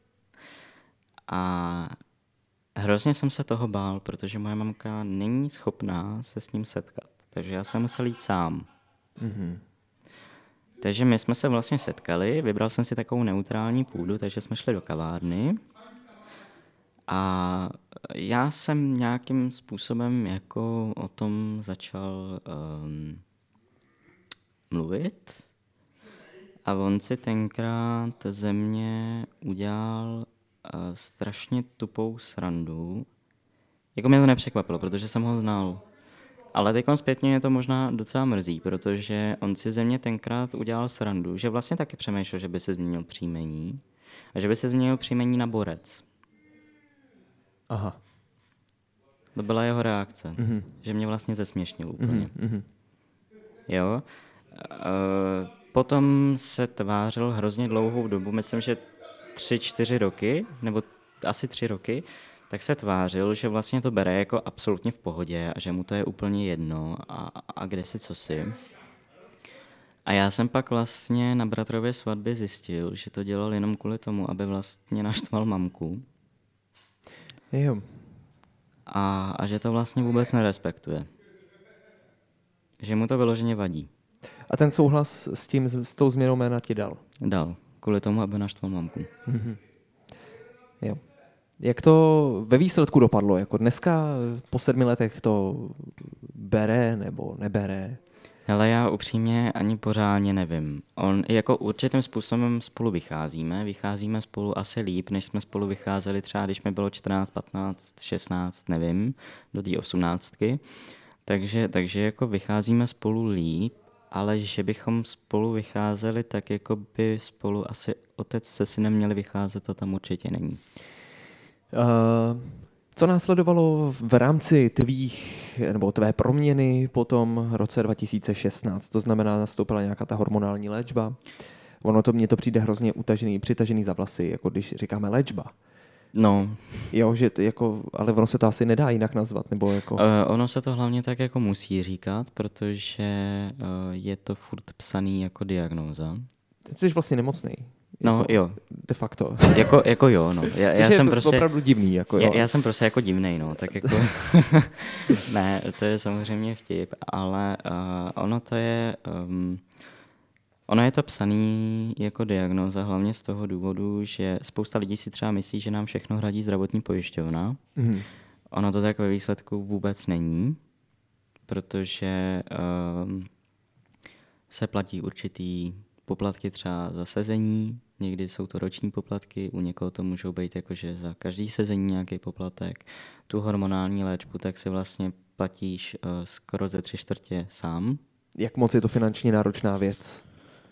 A hrozně jsem se toho bál, protože moje mamka není schopná se s ním setkat. Takže já jsem musel jít sám. Mm-hmm. Takže my jsme se vlastně setkali, vybral jsem si takovou neutrální půdu, takže jsme šli do kavárny. A já jsem nějakým způsobem jako o tom začal um, mluvit a on si tenkrát ze mě udělal uh, strašně tupou srandu. Jako mě to nepřekvapilo, protože jsem ho znal. Ale teď zpětně mě to možná docela mrzí, protože on si ze mě tenkrát udělal srandu, že vlastně taky přemýšlel, že by se změnil příjmení a že by se změnil příjmení na Borec. Aha. To byla jeho reakce, mm-hmm. že mě vlastně zesměšnil úplně. Mm-hmm. Jo. E, potom se tvářil hrozně dlouhou dobu, myslím, že tři, čtyři roky, nebo asi tři roky, tak se tvářil, že vlastně to bere jako absolutně v pohodě a že mu to je úplně jedno a, a kde si co si. A já jsem pak vlastně na bratrově svatbě zjistil, že to dělal jenom kvůli tomu, aby vlastně naštval mamku. Jo. A, a že to vlastně vůbec nerespektuje. že mu to vyloženě vadí. A ten souhlas s tím, s tou změnou jména ti dal? Dal. Kvůli tomu, aby naštval mamku. Mm-hmm. Jo. Jak to ve výsledku dopadlo? Jako dneska po sedmi letech to bere nebo nebere? Hele, já upřímně ani pořádně nevím. On jako určitým způsobem spolu vycházíme. Vycházíme spolu asi líp, než jsme spolu vycházeli třeba, když mi bylo čtrnáct, patnáct, šestnáct, nevím, do té osmnáctky. Takže, takže jako vycházíme spolu líp, ale že bychom spolu vycházeli, tak jako by spolu asi otec se synem měli vycházet, to tam určitě není. Uh, co následovalo v rámci tvých, nebo tvé proměny po tom roce dva tisíce šestnáct? To znamená, nastoupila nějaká ta hormonální léčba. Ono to mně to přijde hrozně utažený, přitažený za vlasy, jako když říkáme léčba. No. Jo, že to jako, ale ono se to asi nedá jinak nazvat, nebo jako... Uh, ono se to hlavně tak jako musí říkat, protože uh, je to furt psaný jako diagnóza. Ty jsi vlastně nemocnej. No jako, jo. De facto. Jako, jako jo, no. Já, já jsem prostě opravdu divný. Jako jo. Já, já jsem prostě jako divnej, no. Tak jako... ne, to je samozřejmě vtip, ale uh, ono to je... Um, ono je to psaný jako diagnóza hlavně z toho důvodu, že spousta lidí si třeba myslí, že nám všechno hradí zdravotní pojišťovna. Mm. Ono to tak ve výsledku vůbec není, protože um, se platí určitý poplatky třeba za sezení, někdy jsou to roční poplatky, u někoho to můžou být jakože za každý sezení nějaký poplatek. Tu hormonální léčbu tak si vlastně platíš uh, skoro ze tři čtvrtě sám. Jak moc je to finančně náročná věc?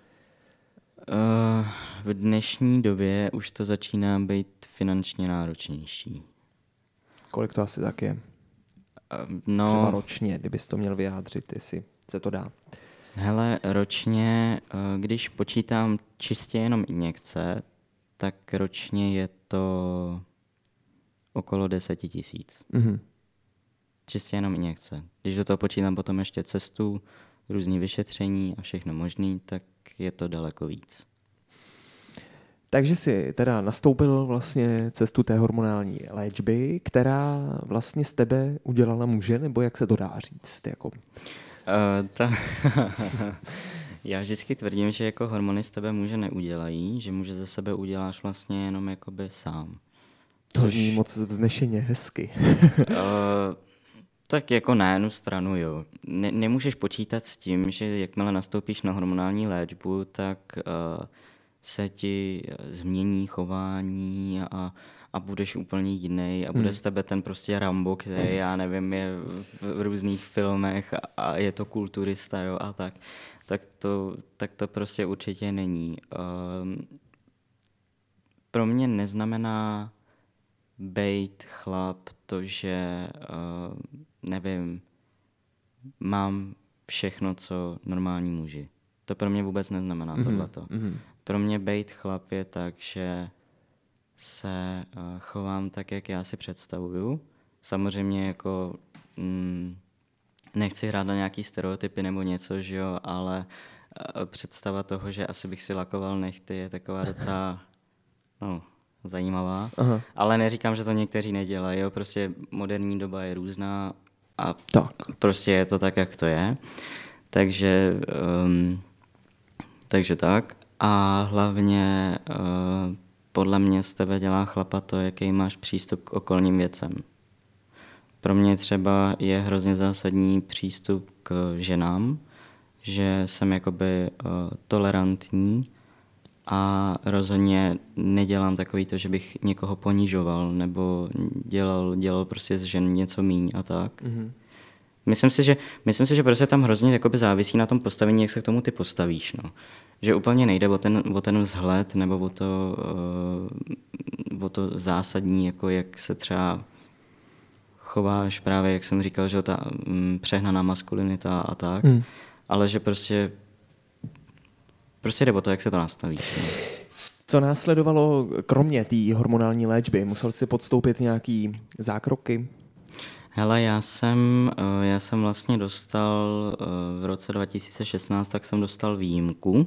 Uh, v dnešní době už to začíná být finančně náročnější. Kolik to asi tak je? Uh, no, třeba ročně, kdybys to měl vyjádřit, jestli se to dá. Hele, ročně, když počítám čistě jenom injekce, tak ročně je to okolo deset tisíc. Mm-hmm. Čistě jenom injekce. Když do toho počítám potom ještě cestu, různý vyšetření a všechno možný, tak je to daleko víc. Takže si teda nastoupil vlastně cestu té hormonální léčby, která vlastně z tebe udělala muže, nebo jak se to dá říct? Jako... Uh, to... Já vždycky tvrdím, že jako hormony z tebe muže neudělají, že muže ze sebe uděláš vlastně jenom jakoby sám. To Což... zní moc vznešeně hezky. uh, tak jako na jednu stranu, jo. Ne, nemůžeš počítat s tím, že jakmile nastoupíš na hormonální léčbu, tak uh, se ti změní chování a a budeš úplně jiný a bude hmm. z tebe ten prostě Rambo, který, já nevím, je v různých filmech a, a je to kulturista, jo, a tak. Tak to, tak to prostě určitě není. Um, pro mě neznamená bejt chlap to, že, uh, nevím, mám všechno, co normální muži. To pro mě vůbec neznamená mm-hmm. tohleto. Mm-hmm. Pro mě bejt chlap je tak, že se uh, chovám tak, jak já si představuju. Samozřejmě jako mm, nechci hrát na nějaký stereotypy nebo něco, že jo, ale uh, představa toho, že asi bych si lakoval nechty, je taková docela no, zajímavá. Aha. Ale neříkám, že to někteří nedělají, jo, prostě moderní doba je různá a tak. Prostě je to tak, jak to je. Takže, um, takže tak. A hlavně uh, podle mě z tebe dělá chlapa to, jaký máš přístup k okolním věcem. Pro mě třeba je hrozně zásadní přístup k ženám, že jsem jakoby uh, tolerantní a rozhodně nedělám takový to, že bych někoho ponižoval nebo dělal, dělal prostě z žen něco míň a tak. Mm-hmm. Myslím si, že, myslím si, že prostě tam hrozně jakoby závisí na tom postavení, jak se k tomu ty postavíš. No. Že úplně nejde o ten, o ten vzhled nebo o to, uh, o to zásadní, jako jak se třeba chováš právě, jak jsem říkal, že ta um, přehnaná maskulinita a tak, hmm. ale že prostě prostě jde o to, jak se to nastaví. No. Co následovalo kromě té hormonální léčby? Musel jsi podstoupit nějaký zákroky? Hele, já jsem, já jsem vlastně dostal v roce dva tisíce šestnáct, tak jsem dostal výjimku,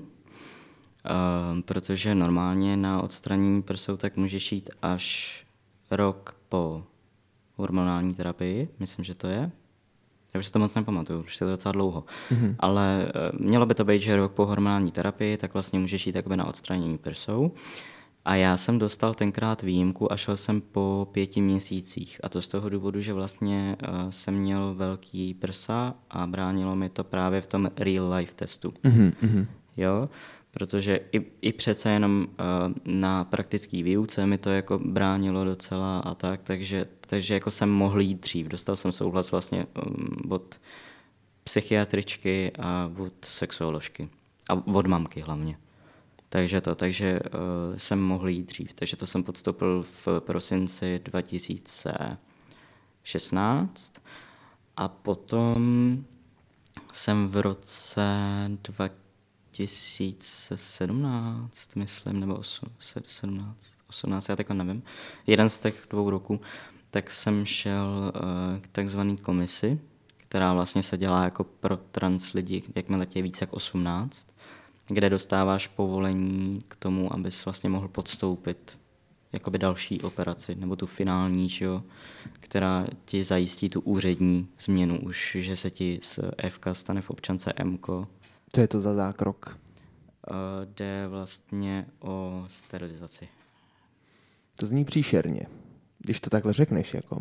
protože normálně na odstranění prsou tak můžeš jít až rok po hormonální terapii, myslím, že to je. Já už si to moc nepamatuju, už je to docela dlouho. Mm-hmm. Ale mělo by to být, že rok po hormonální terapii, tak vlastně můžeš jít jakoby na odstranění prsou. A já jsem dostal tenkrát výjimku a šel jsem po pěti měsících. A to z toho důvodu, že vlastně uh, jsem měl velký prsa a bránilo mi to právě v tom real life testu. Mm-hmm. Jo, protože i, i přece jenom uh, na praktický výuce mi to jako bránilo docela a tak, takže, takže jako jsem mohl jít dřív. Dostal jsem souhlas vlastně um, od psychiatričky a od sexuoložky. A od mamky hlavně. Takže to, takže uh, jsem mohl jít dřív. Takže to jsem podstoupil v prosinci dva tisíce šestnáct a potom jsem v roce dva tisíce sedmnáct, myslím, nebo sedmnáct, osmnáct, já teďka nevím, jeden z těch dvou roků, tak jsem šel uh, k takzvaný komisi, která vlastně se dělá jako pro trans lidi, jakmile tě je víc jak osmnáct, kde dostáváš povolení k tomu, abys vlastně mohl podstoupit jakoby další operaci, nebo tu finální, že jo, která ti zajistí tu úřední změnu už, že se ti z F K stane v občance M K. Co je to za zákrok? Uh, jde vlastně o sterilizaci. To zní příšerně, když to takhle řekneš. Jako.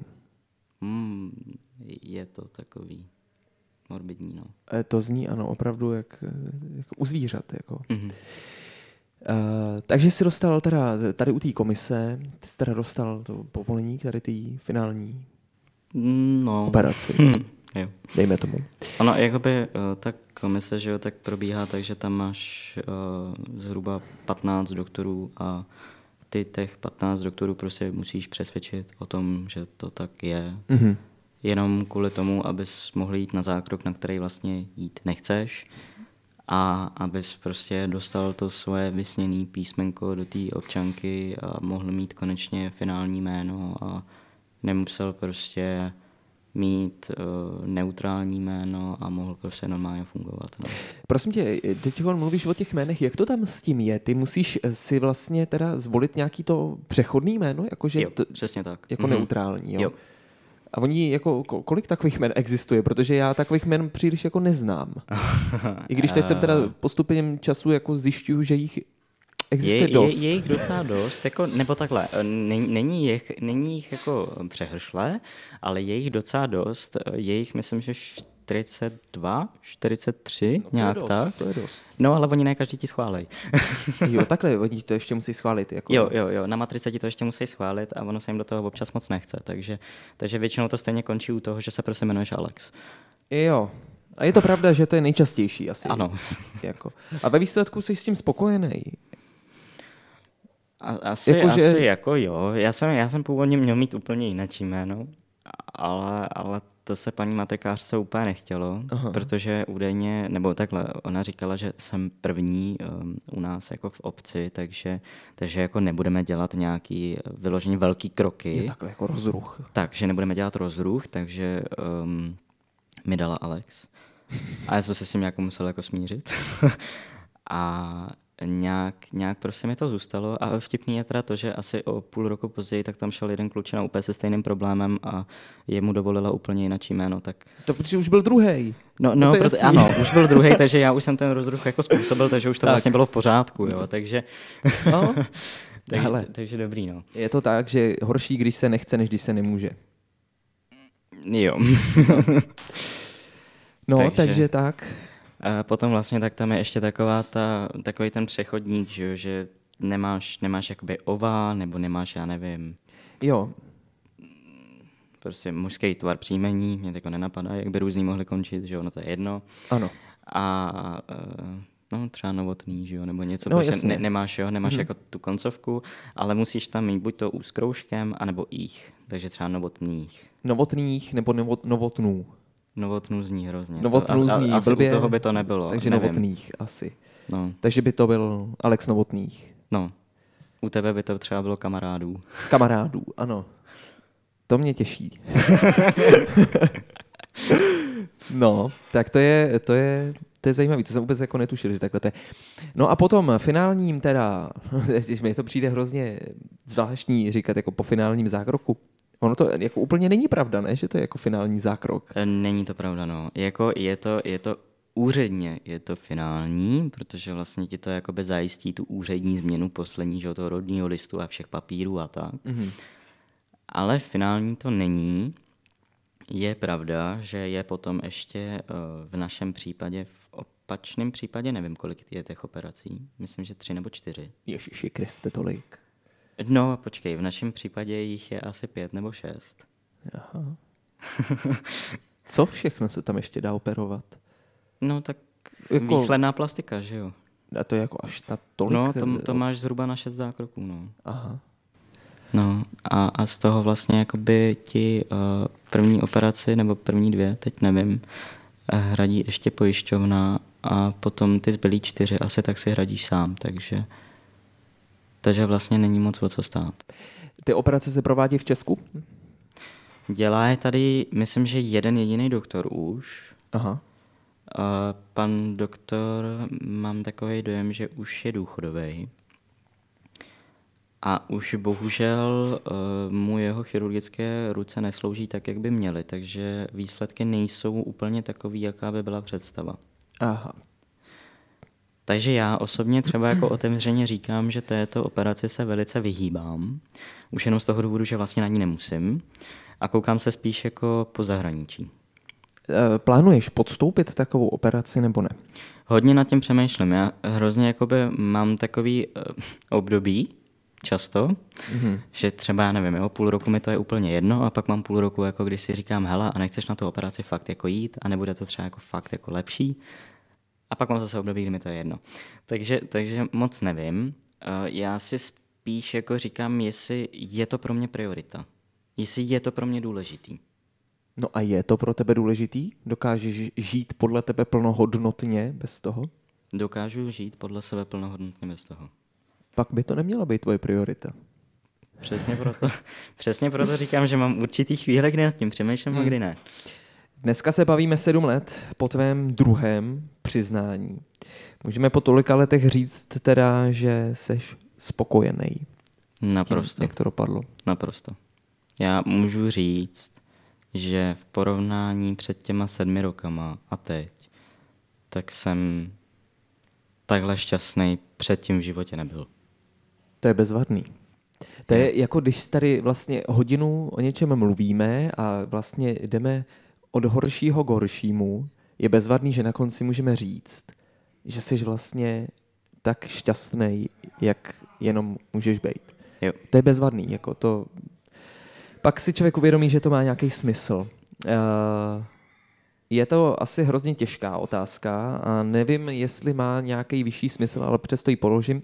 Mm, je to takový morbidní, no. E, to zní, ano, opravdu jak, jak u zvířat. Jako. Mm-hmm. Uh, takže jsi dostal teda tady u té komise, ty jsi teda dostal to povolení k tady té finální no. operaci. Hmm. Jo. Dejme tomu. Ono, jakoby uh, ta komise, že jo, tak probíhá tak, že tam máš uh, zhruba patnáct doktorů a ty těch patnáct doktorů prostě musíš přesvědčit o tom, že to tak je. Mm-hmm. Jenom kvůli tomu, abys mohl jít na zákrok, na který vlastně jít nechceš a abys prostě dostal to svoje vysněné písmenko do té občanky a mohl mít konečně finální jméno a nemusel prostě mít uh, neutrální jméno a mohl prostě normálně fungovat. No. Prosím tě, teď mluvíš o těch jménech, jak to tam s tím je? Ty musíš si vlastně teda zvolit nějaký to přechodný jméno? Jakože jo, to, přesně tak. Jako mm-hmm. neutrální, jo? jo. A oni, jako, kolik takových jmen existuje? Protože já takových jmen příliš jako neznám. I když teď jsem teda postupem času jako zjišťuju, že jich existuje je, dost. Je, je jich docela dost, jako, nebo takhle, není, není, jich, není jich jako přehršle, ale je jich docela dost, je jich myslím, že čtyřicet dva, čtyřicet tři, no, nějak dost, tak. To je dost. No, ale oni ne každý ti schválej. Jo, takhle, oni to ještě musí schválit. Jako... Jo, jo, jo, na matrice ti to ještě musí schválit a ono se jim do toho občas moc nechce, takže, takže většinou to stejně končí u toho, že se prostě jmenuješ Alex. Jo, a je to pravda, že to je nejčastější asi. Ano. Jako. A ve výsledku jsi s tím spokojený? Asi, jako, asi že... jako jo. Já jsem, já jsem původně měl mít úplně jináčí jméno, ale, ale to se paní matrikářce úplně nechtělo, aha. protože údajně, nebo takhle, ona říkala, že jsem první um, u nás jako v obci, takže, takže jako nebudeme dělat nějaký vyloženě velký kroky. Je takhle jako rozruch. Takže nebudeme dělat rozruch, takže um, mi dala Alex. A já jsem se s tím jako musel jako smířit. A nějak, nějak prostě mi to zůstalo a vtipný je teda to, že asi o půl roku později tak tam šel jeden klučina úplně se stejným problémem a jemu dovolila úplně jináčí jméno, tak... To protože už byl druhej. No, no, no proto, ano, už byl druhej, takže já už jsem ten rozruch jako způsobil, takže už to tak. vlastně bylo v pořádku, jo, takže... No. tak, Hele, takže dobrý, no. Je to tak, že horší, když se nechce, než když se nemůže. Jo. no, takže, takže tak... A potom vlastně tak tam je ještě taková ta, takový ten přechodník, že, že nemáš, nemáš jakoby ova, nebo nemáš, já nevím. Jo. Prostě mužský tvar příjmení, mě tako nenapadá, jak by různý mohli končit, že jo, no to je jedno. Ano. A no třeba Novotný, že jo, nebo něco, no, prostě ne, nemáš, jo, nemáš mm-hmm. jako tu koncovku, ale musíš tam mít buď to u s kroužkem, anebo ích, takže třeba Novotných. Novotných nebo novot, Novotnů. Novotnů zní hrozně. Novotnů zní a, a, blbě. Asi u toho by to nebylo. Takže nevím. Novotných asi. No. Takže by to byl Alex Novotných. No. U tebe by to třeba bylo kamarádů. Kamarádů, ano. To mě těší. no, tak to je, to je, to je zajímavé. To jsem vůbec jako netušil, že takhle to je. No a potom finálním teda, mi to přijde hrozně zvláštní říkat jako po finálním zákroku, Ono to jako úplně není pravda, ne? Že to je jako finální zákrok. Není to pravda, no. Jako je to, je to úředně je to finální, protože vlastně ti to jakoby zajistí tu úřední změnu poslední, že toho rodního listu a všech papírů a tak. Mm-hmm. Ale finální to není. Je pravda, že je potom ještě v našem případě, v opačném případě, nevím, kolik je těch operací, myslím, že tři nebo čtyři. Ježiši Kriste, tolik. No, počkej, v našem případě jich je asi pět nebo šest. Aha. Co všechno se tam ještě dá operovat? No, tak jako... výsledná plastika, že jo. A to je jako až na tolik? No, to, to máš zhruba na šest zákroků, no. Aha. No a, a z toho vlastně jakoby ti uh, první operaci, nebo první dvě, teď nevím, hradí ještě pojišťovna a potom ty zbylý čtyři asi tak si hradíš sám, takže, takže vlastně není moc o co stát. Ty operace se provádí v Česku? Dělá je tady, myslím, že jeden jediný doktor už. Aha. Uh, pan doktor, mám takový dojem, že už je důchodový. A už bohužel uh, mu jeho chirurgické ruce neslouží tak, jak by měly, takže výsledky nejsou úplně takový, jaká by byla představa. Aha. Takže já osobně třeba jako otevřeně říkám, že této operaci se velice vyhýbám. Už jenom z toho důvodu, že vlastně na ní nemusím. A koukám se spíš jako po zahraničí. Plánuješ podstoupit takovou operaci nebo ne? Hodně nad tím přemýšlím. Já hrozně jakoby mám takový uh, období, často, mm-hmm. že třeba, já nevím, jo, půl roku mi to je úplně jedno a pak mám půl roku, jako když si říkám, hele, a nechceš na tu operaci fakt jako jít a nebude to třeba jako fakt jako lepší. A pak mám zase období, kdy mi to je jedno. Takže, takže moc nevím. Já si spíš jako říkám, jestli je to pro mě priorita. Jestli je to pro mě důležitý. No a je to pro tebe důležitý? Dokážeš žít podle tebe plnohodnotně bez toho? Dokážu žít podle sebe plnohodnotně bez toho. Pak by to neměla být tvoje priorita. Přesně proto, přesně proto říkám, že mám určitý chvíle, kdy nad tím přemýšlím hmm. a kdy ne. Dneska se bavíme sedm let po tvém druhém přiznání. Můžeme po tolika letech říct teda, že seš spokojený. Naprosto. Tím, jak to dopadlo. Naprosto. Já můžu říct, že v porovnání před těma sedmi rokama a teď, tak jsem takhle šťastný předtím v životě nebyl. To je bezvadný. To je jako když tady vlastně hodinu o něčem mluvíme a vlastně jdeme od horšího k horšímu, je bezvadný, že na konci můžeme říct, že jsi vlastně tak šťastný, jak jenom můžeš být. Jo. To je bezvadný. Jako to... Pak si člověk uvědomí, že to má nějaký smysl. Uh... Je to asi hrozně těžká otázka a nevím, jestli má nějaký vyšší smysl, ale přesto ji položím.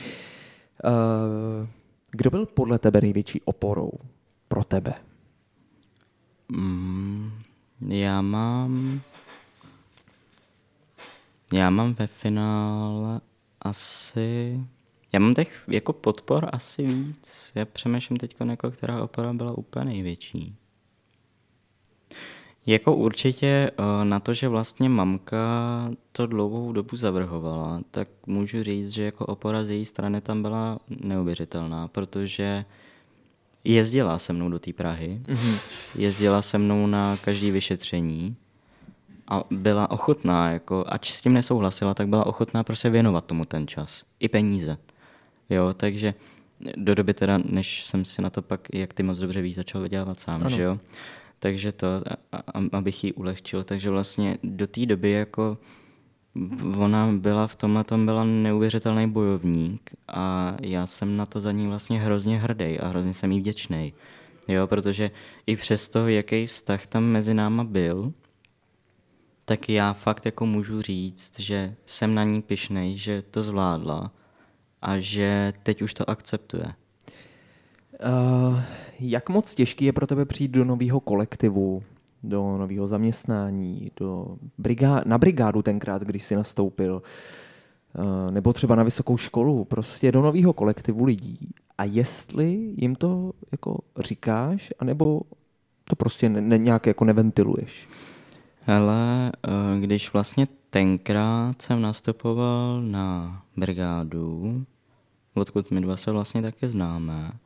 Kdo byl podle tebe největší oporou pro tebe? Mm, já mám... Já mám ve finále asi... Já mám těch jako podpor asi víc. Já přemýšlím teď, jako, která opora byla úplně největší. Jako určitě na to, že vlastně mamka to dlouhou dobu zavrhovala, tak můžu říct, že jako opora z její strany tam byla neuvěřitelná, protože jezdila se mnou do té Prahy, mm-hmm. jezdila se mnou na každé vyšetření a byla ochotná, jako, ač s tím nesouhlasila, tak byla ochotná prostě věnovat tomu ten čas. I peníze. Jo, takže do doby teda, než jsem si na to pak, jak ty moc dobře víš, začal vydělávat sám, ano. Že jo. Takže to, abych ji ulehčil. Takže vlastně do té doby jako ona byla v tomhle tom byla neuvěřitelný bojovník a já jsem na to za ní vlastně hrozně hrdý a hrozně jsem jí vděčný. Jo, protože i přesto, jaký vztah tam mezi náma byl, tak já fakt jako můžu říct, že jsem na ní pyšnej, že to zvládla a že teď už to akceptuje. Uh, jak moc těžký je pro tebe přijít do nového kolektivu, do nového zaměstnání, do brigá- na brigádu tenkrát, když jsi nastoupil, uh, nebo třeba na vysokou školu, prostě do nového kolektivu lidí. A jestli jim to jako říkáš, anebo to prostě ne- ne- nějak jako neventiluješ? Hele, když vlastně tenkrát jsem nastupoval na brigádu, odkud my dva se vlastně taky známe,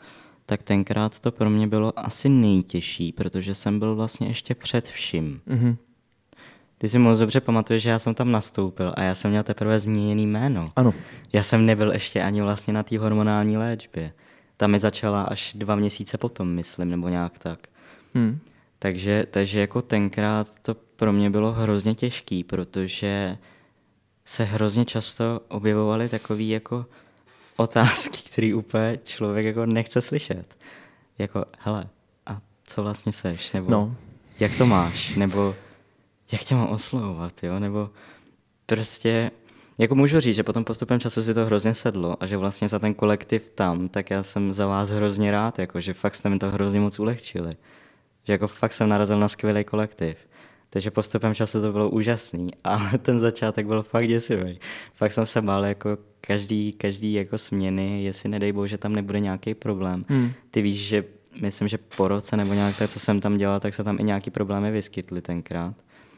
tak tenkrát to pro mě bylo asi nejtěžší, protože jsem byl vlastně ještě před vším. Mm-hmm. Ty si moc dobře pamatuješ, že já jsem tam nastoupil a já jsem měl teprve změněný jméno. Ano. Já jsem nebyl ještě ani vlastně na té hormonální léčbě. Ta mi začala až dva měsíce potom, myslím, nebo nějak tak. Hmm. Takže, takže jako tenkrát to pro mě bylo hrozně těžký, protože se hrozně často objevovaly takové jako otázky, které úplně člověk jako nechce slyšet. Jako, hele, a co vlastně seš? Nebo no. jak to máš? Nebo jak tě mám oslovovat, jo? Nebo prostě, jako můžu říct, že potom postupem času si to hrozně sedlo a že vlastně za ten kolektiv tam, tak já jsem za vás hrozně rád, jako, že fakt jste mi to hrozně moc ulehčili. Že jako fakt jsem narazil na skvělý kolektiv. Takže postupem času to bylo úžasný, ale ten začátek byl fakt děsivý. Fakt jsem se bál jako každý, každý jako směny, jestli nedej bože tam nebude nějaký problém. Hmm. Ty víš, že myslím, že po roce nebo nějak tak, co jsem tam dělal, tak se tam i nějaký problémy vyskytly tenkrát.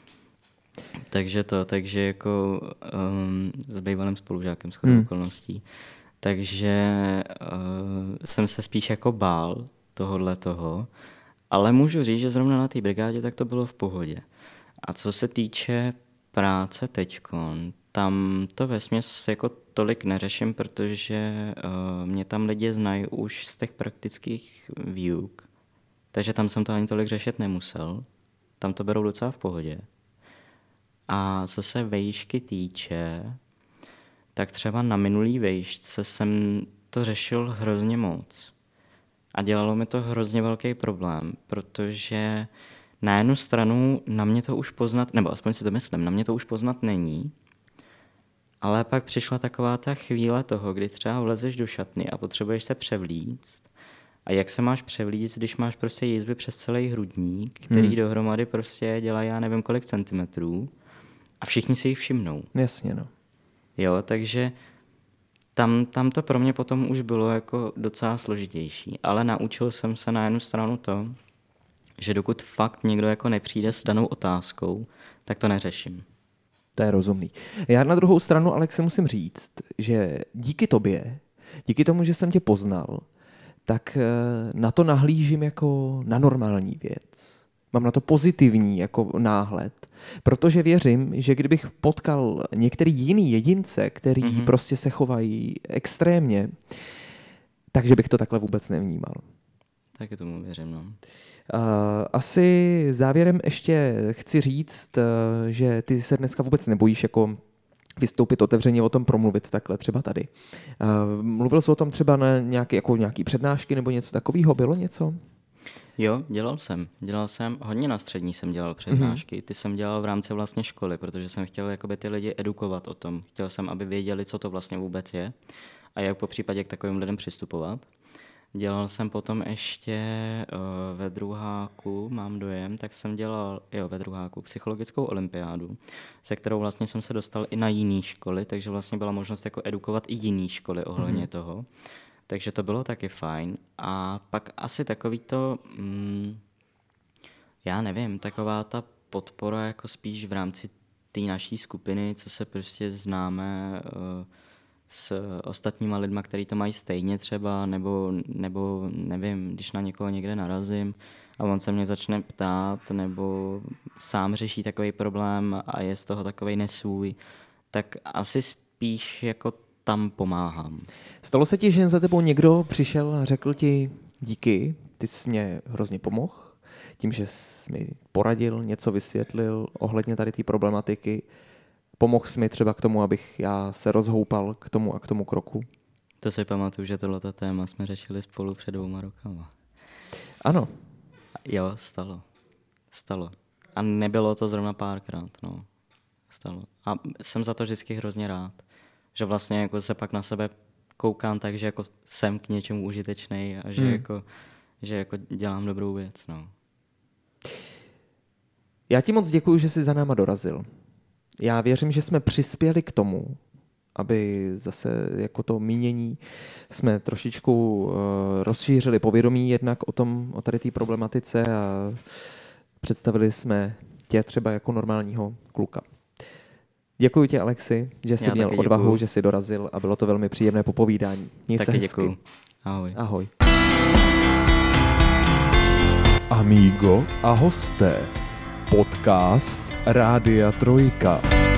Takže to, takže jako um, s bývalým spolužákem shodou hmm. okolností. Takže uh, jsem se spíš jako bál tohodle toho, ale můžu říct, že zrovna na té brigádě tak to bylo v pohodě. A co se týče práce teďkon, tam to vesměs jako tolik neřeším, protože uh, mě tam lidi znají už z těch praktických výuk, takže tam jsem to ani tolik řešit nemusel. Tam to berou docela v pohodě. A co se vejšky týče, tak třeba na minulý vejšce jsem to řešil hrozně moc. A dělalo mi to hrozně velký problém, protože na jednu stranu na mě to už poznat, nebo aspoň si to myslím, na mě to už poznat není, ale pak přišla taková ta chvíle toho, kdy třeba vlezeš do šatny a potřebuješ se převlíct. A jak se máš převlíct, když máš prostě jizvy přes celý hrudník, který hmm. dohromady prostě dělají já nevím kolik centimetrů a všichni si jich všimnou. Jasně, no. Jo, takže tam, tam to pro mě potom už bylo jako docela složitější, ale naučil jsem se na jednu stranu to, že dokud fakt někdo jako nepřijde s danou otázkou, tak to neřeším. To je rozumný. Já na druhou stranu, Alex, musím říct, že díky tobě, díky tomu, že jsem tě poznal, tak na to nahlížím jako na normální věc. Mám na to pozitivní jako náhled, protože věřím, že kdybych potkal některý jiný jedince, který mm-hmm. prostě se chovají extrémně, takže bych to takhle vůbec nevnímal. Taky tomu věřím, no. Uh, asi závěrem ještě chci říct, uh, že ty se dneska vůbec nebojíš jako vystoupit otevřeně, o tom promluvit takhle třeba tady. Uh, mluvil jsi o tom třeba na nějaký, jako nějaký přednášky nebo něco takového? Bylo něco? Jo, dělal jsem. Dělal jsem, hodně na střední jsem dělal přednášky. Mm-hmm. Ty jsem dělal v rámci vlastně školy, protože jsem chtěl jakoby ty lidi edukovat o tom. Chtěl jsem, aby věděli, co to vlastně vůbec je a jak po případě k takovým lidem přistupovat. Dělal jsem potom ještě uh, ve druháku, mám dojem, tak jsem dělal, jo, ve druháku psychologickou olympiádu, se kterou vlastně jsem se dostal i na jiné školy, takže vlastně byla možnost jako edukovat i jiné školy ohledně mm-hmm. toho. Takže to bylo taky fajn. A pak asi takový to, mm, já nevím, taková ta podpora jako spíš v rámci té naší skupiny, co se prostě známe uh, s ostatníma lidma, kteří to mají stejně třeba, nebo, nebo nevím, když na někoho někde narazím a on se mě začne ptát, nebo sám řeší takový problém a je z toho takovej nesvůj, tak asi spíš jako tam pomáhám. Stalo se ti, že za tebou někdo přišel a řekl ti díky, ty jsi mě hrozně pomohl, tím, že jsi mi poradil, něco vysvětlil ohledně tady té problematiky, pomohl jsi mi třeba k tomu, abych já se rozhoupal k tomu a k tomu kroku? To si pamatuju, že tohleto téma jsme řešili spolu před dvouma rokama. Ano. Jo, stalo. Stalo. A nebylo to zrovna párkrát, no. Stalo. A jsem za to vždycky hrozně rád. Že vlastně jako se pak na sebe koukám tak, že jako jsem k něčemu užitečnej a že, hmm. jako, že jako dělám dobrou věc, no. Já ti moc děkuju, že jsi za náma dorazil. Já věřím, že jsme přispěli k tomu, aby zase jako to mínění jsme trošičku uh, rozšířili povědomí jednak o tom, o tady té problematice a představili jsme tě třeba jako normálního kluka. Děkuji ti, Alexi, že jsi Já měl odvahu, děkuju. Že jsi dorazil a bylo to velmi příjemné popovídání. Měj taky se děkuju. Ahoj. Ahoj. Amigo a hosté. Podcast Rádia Trojka.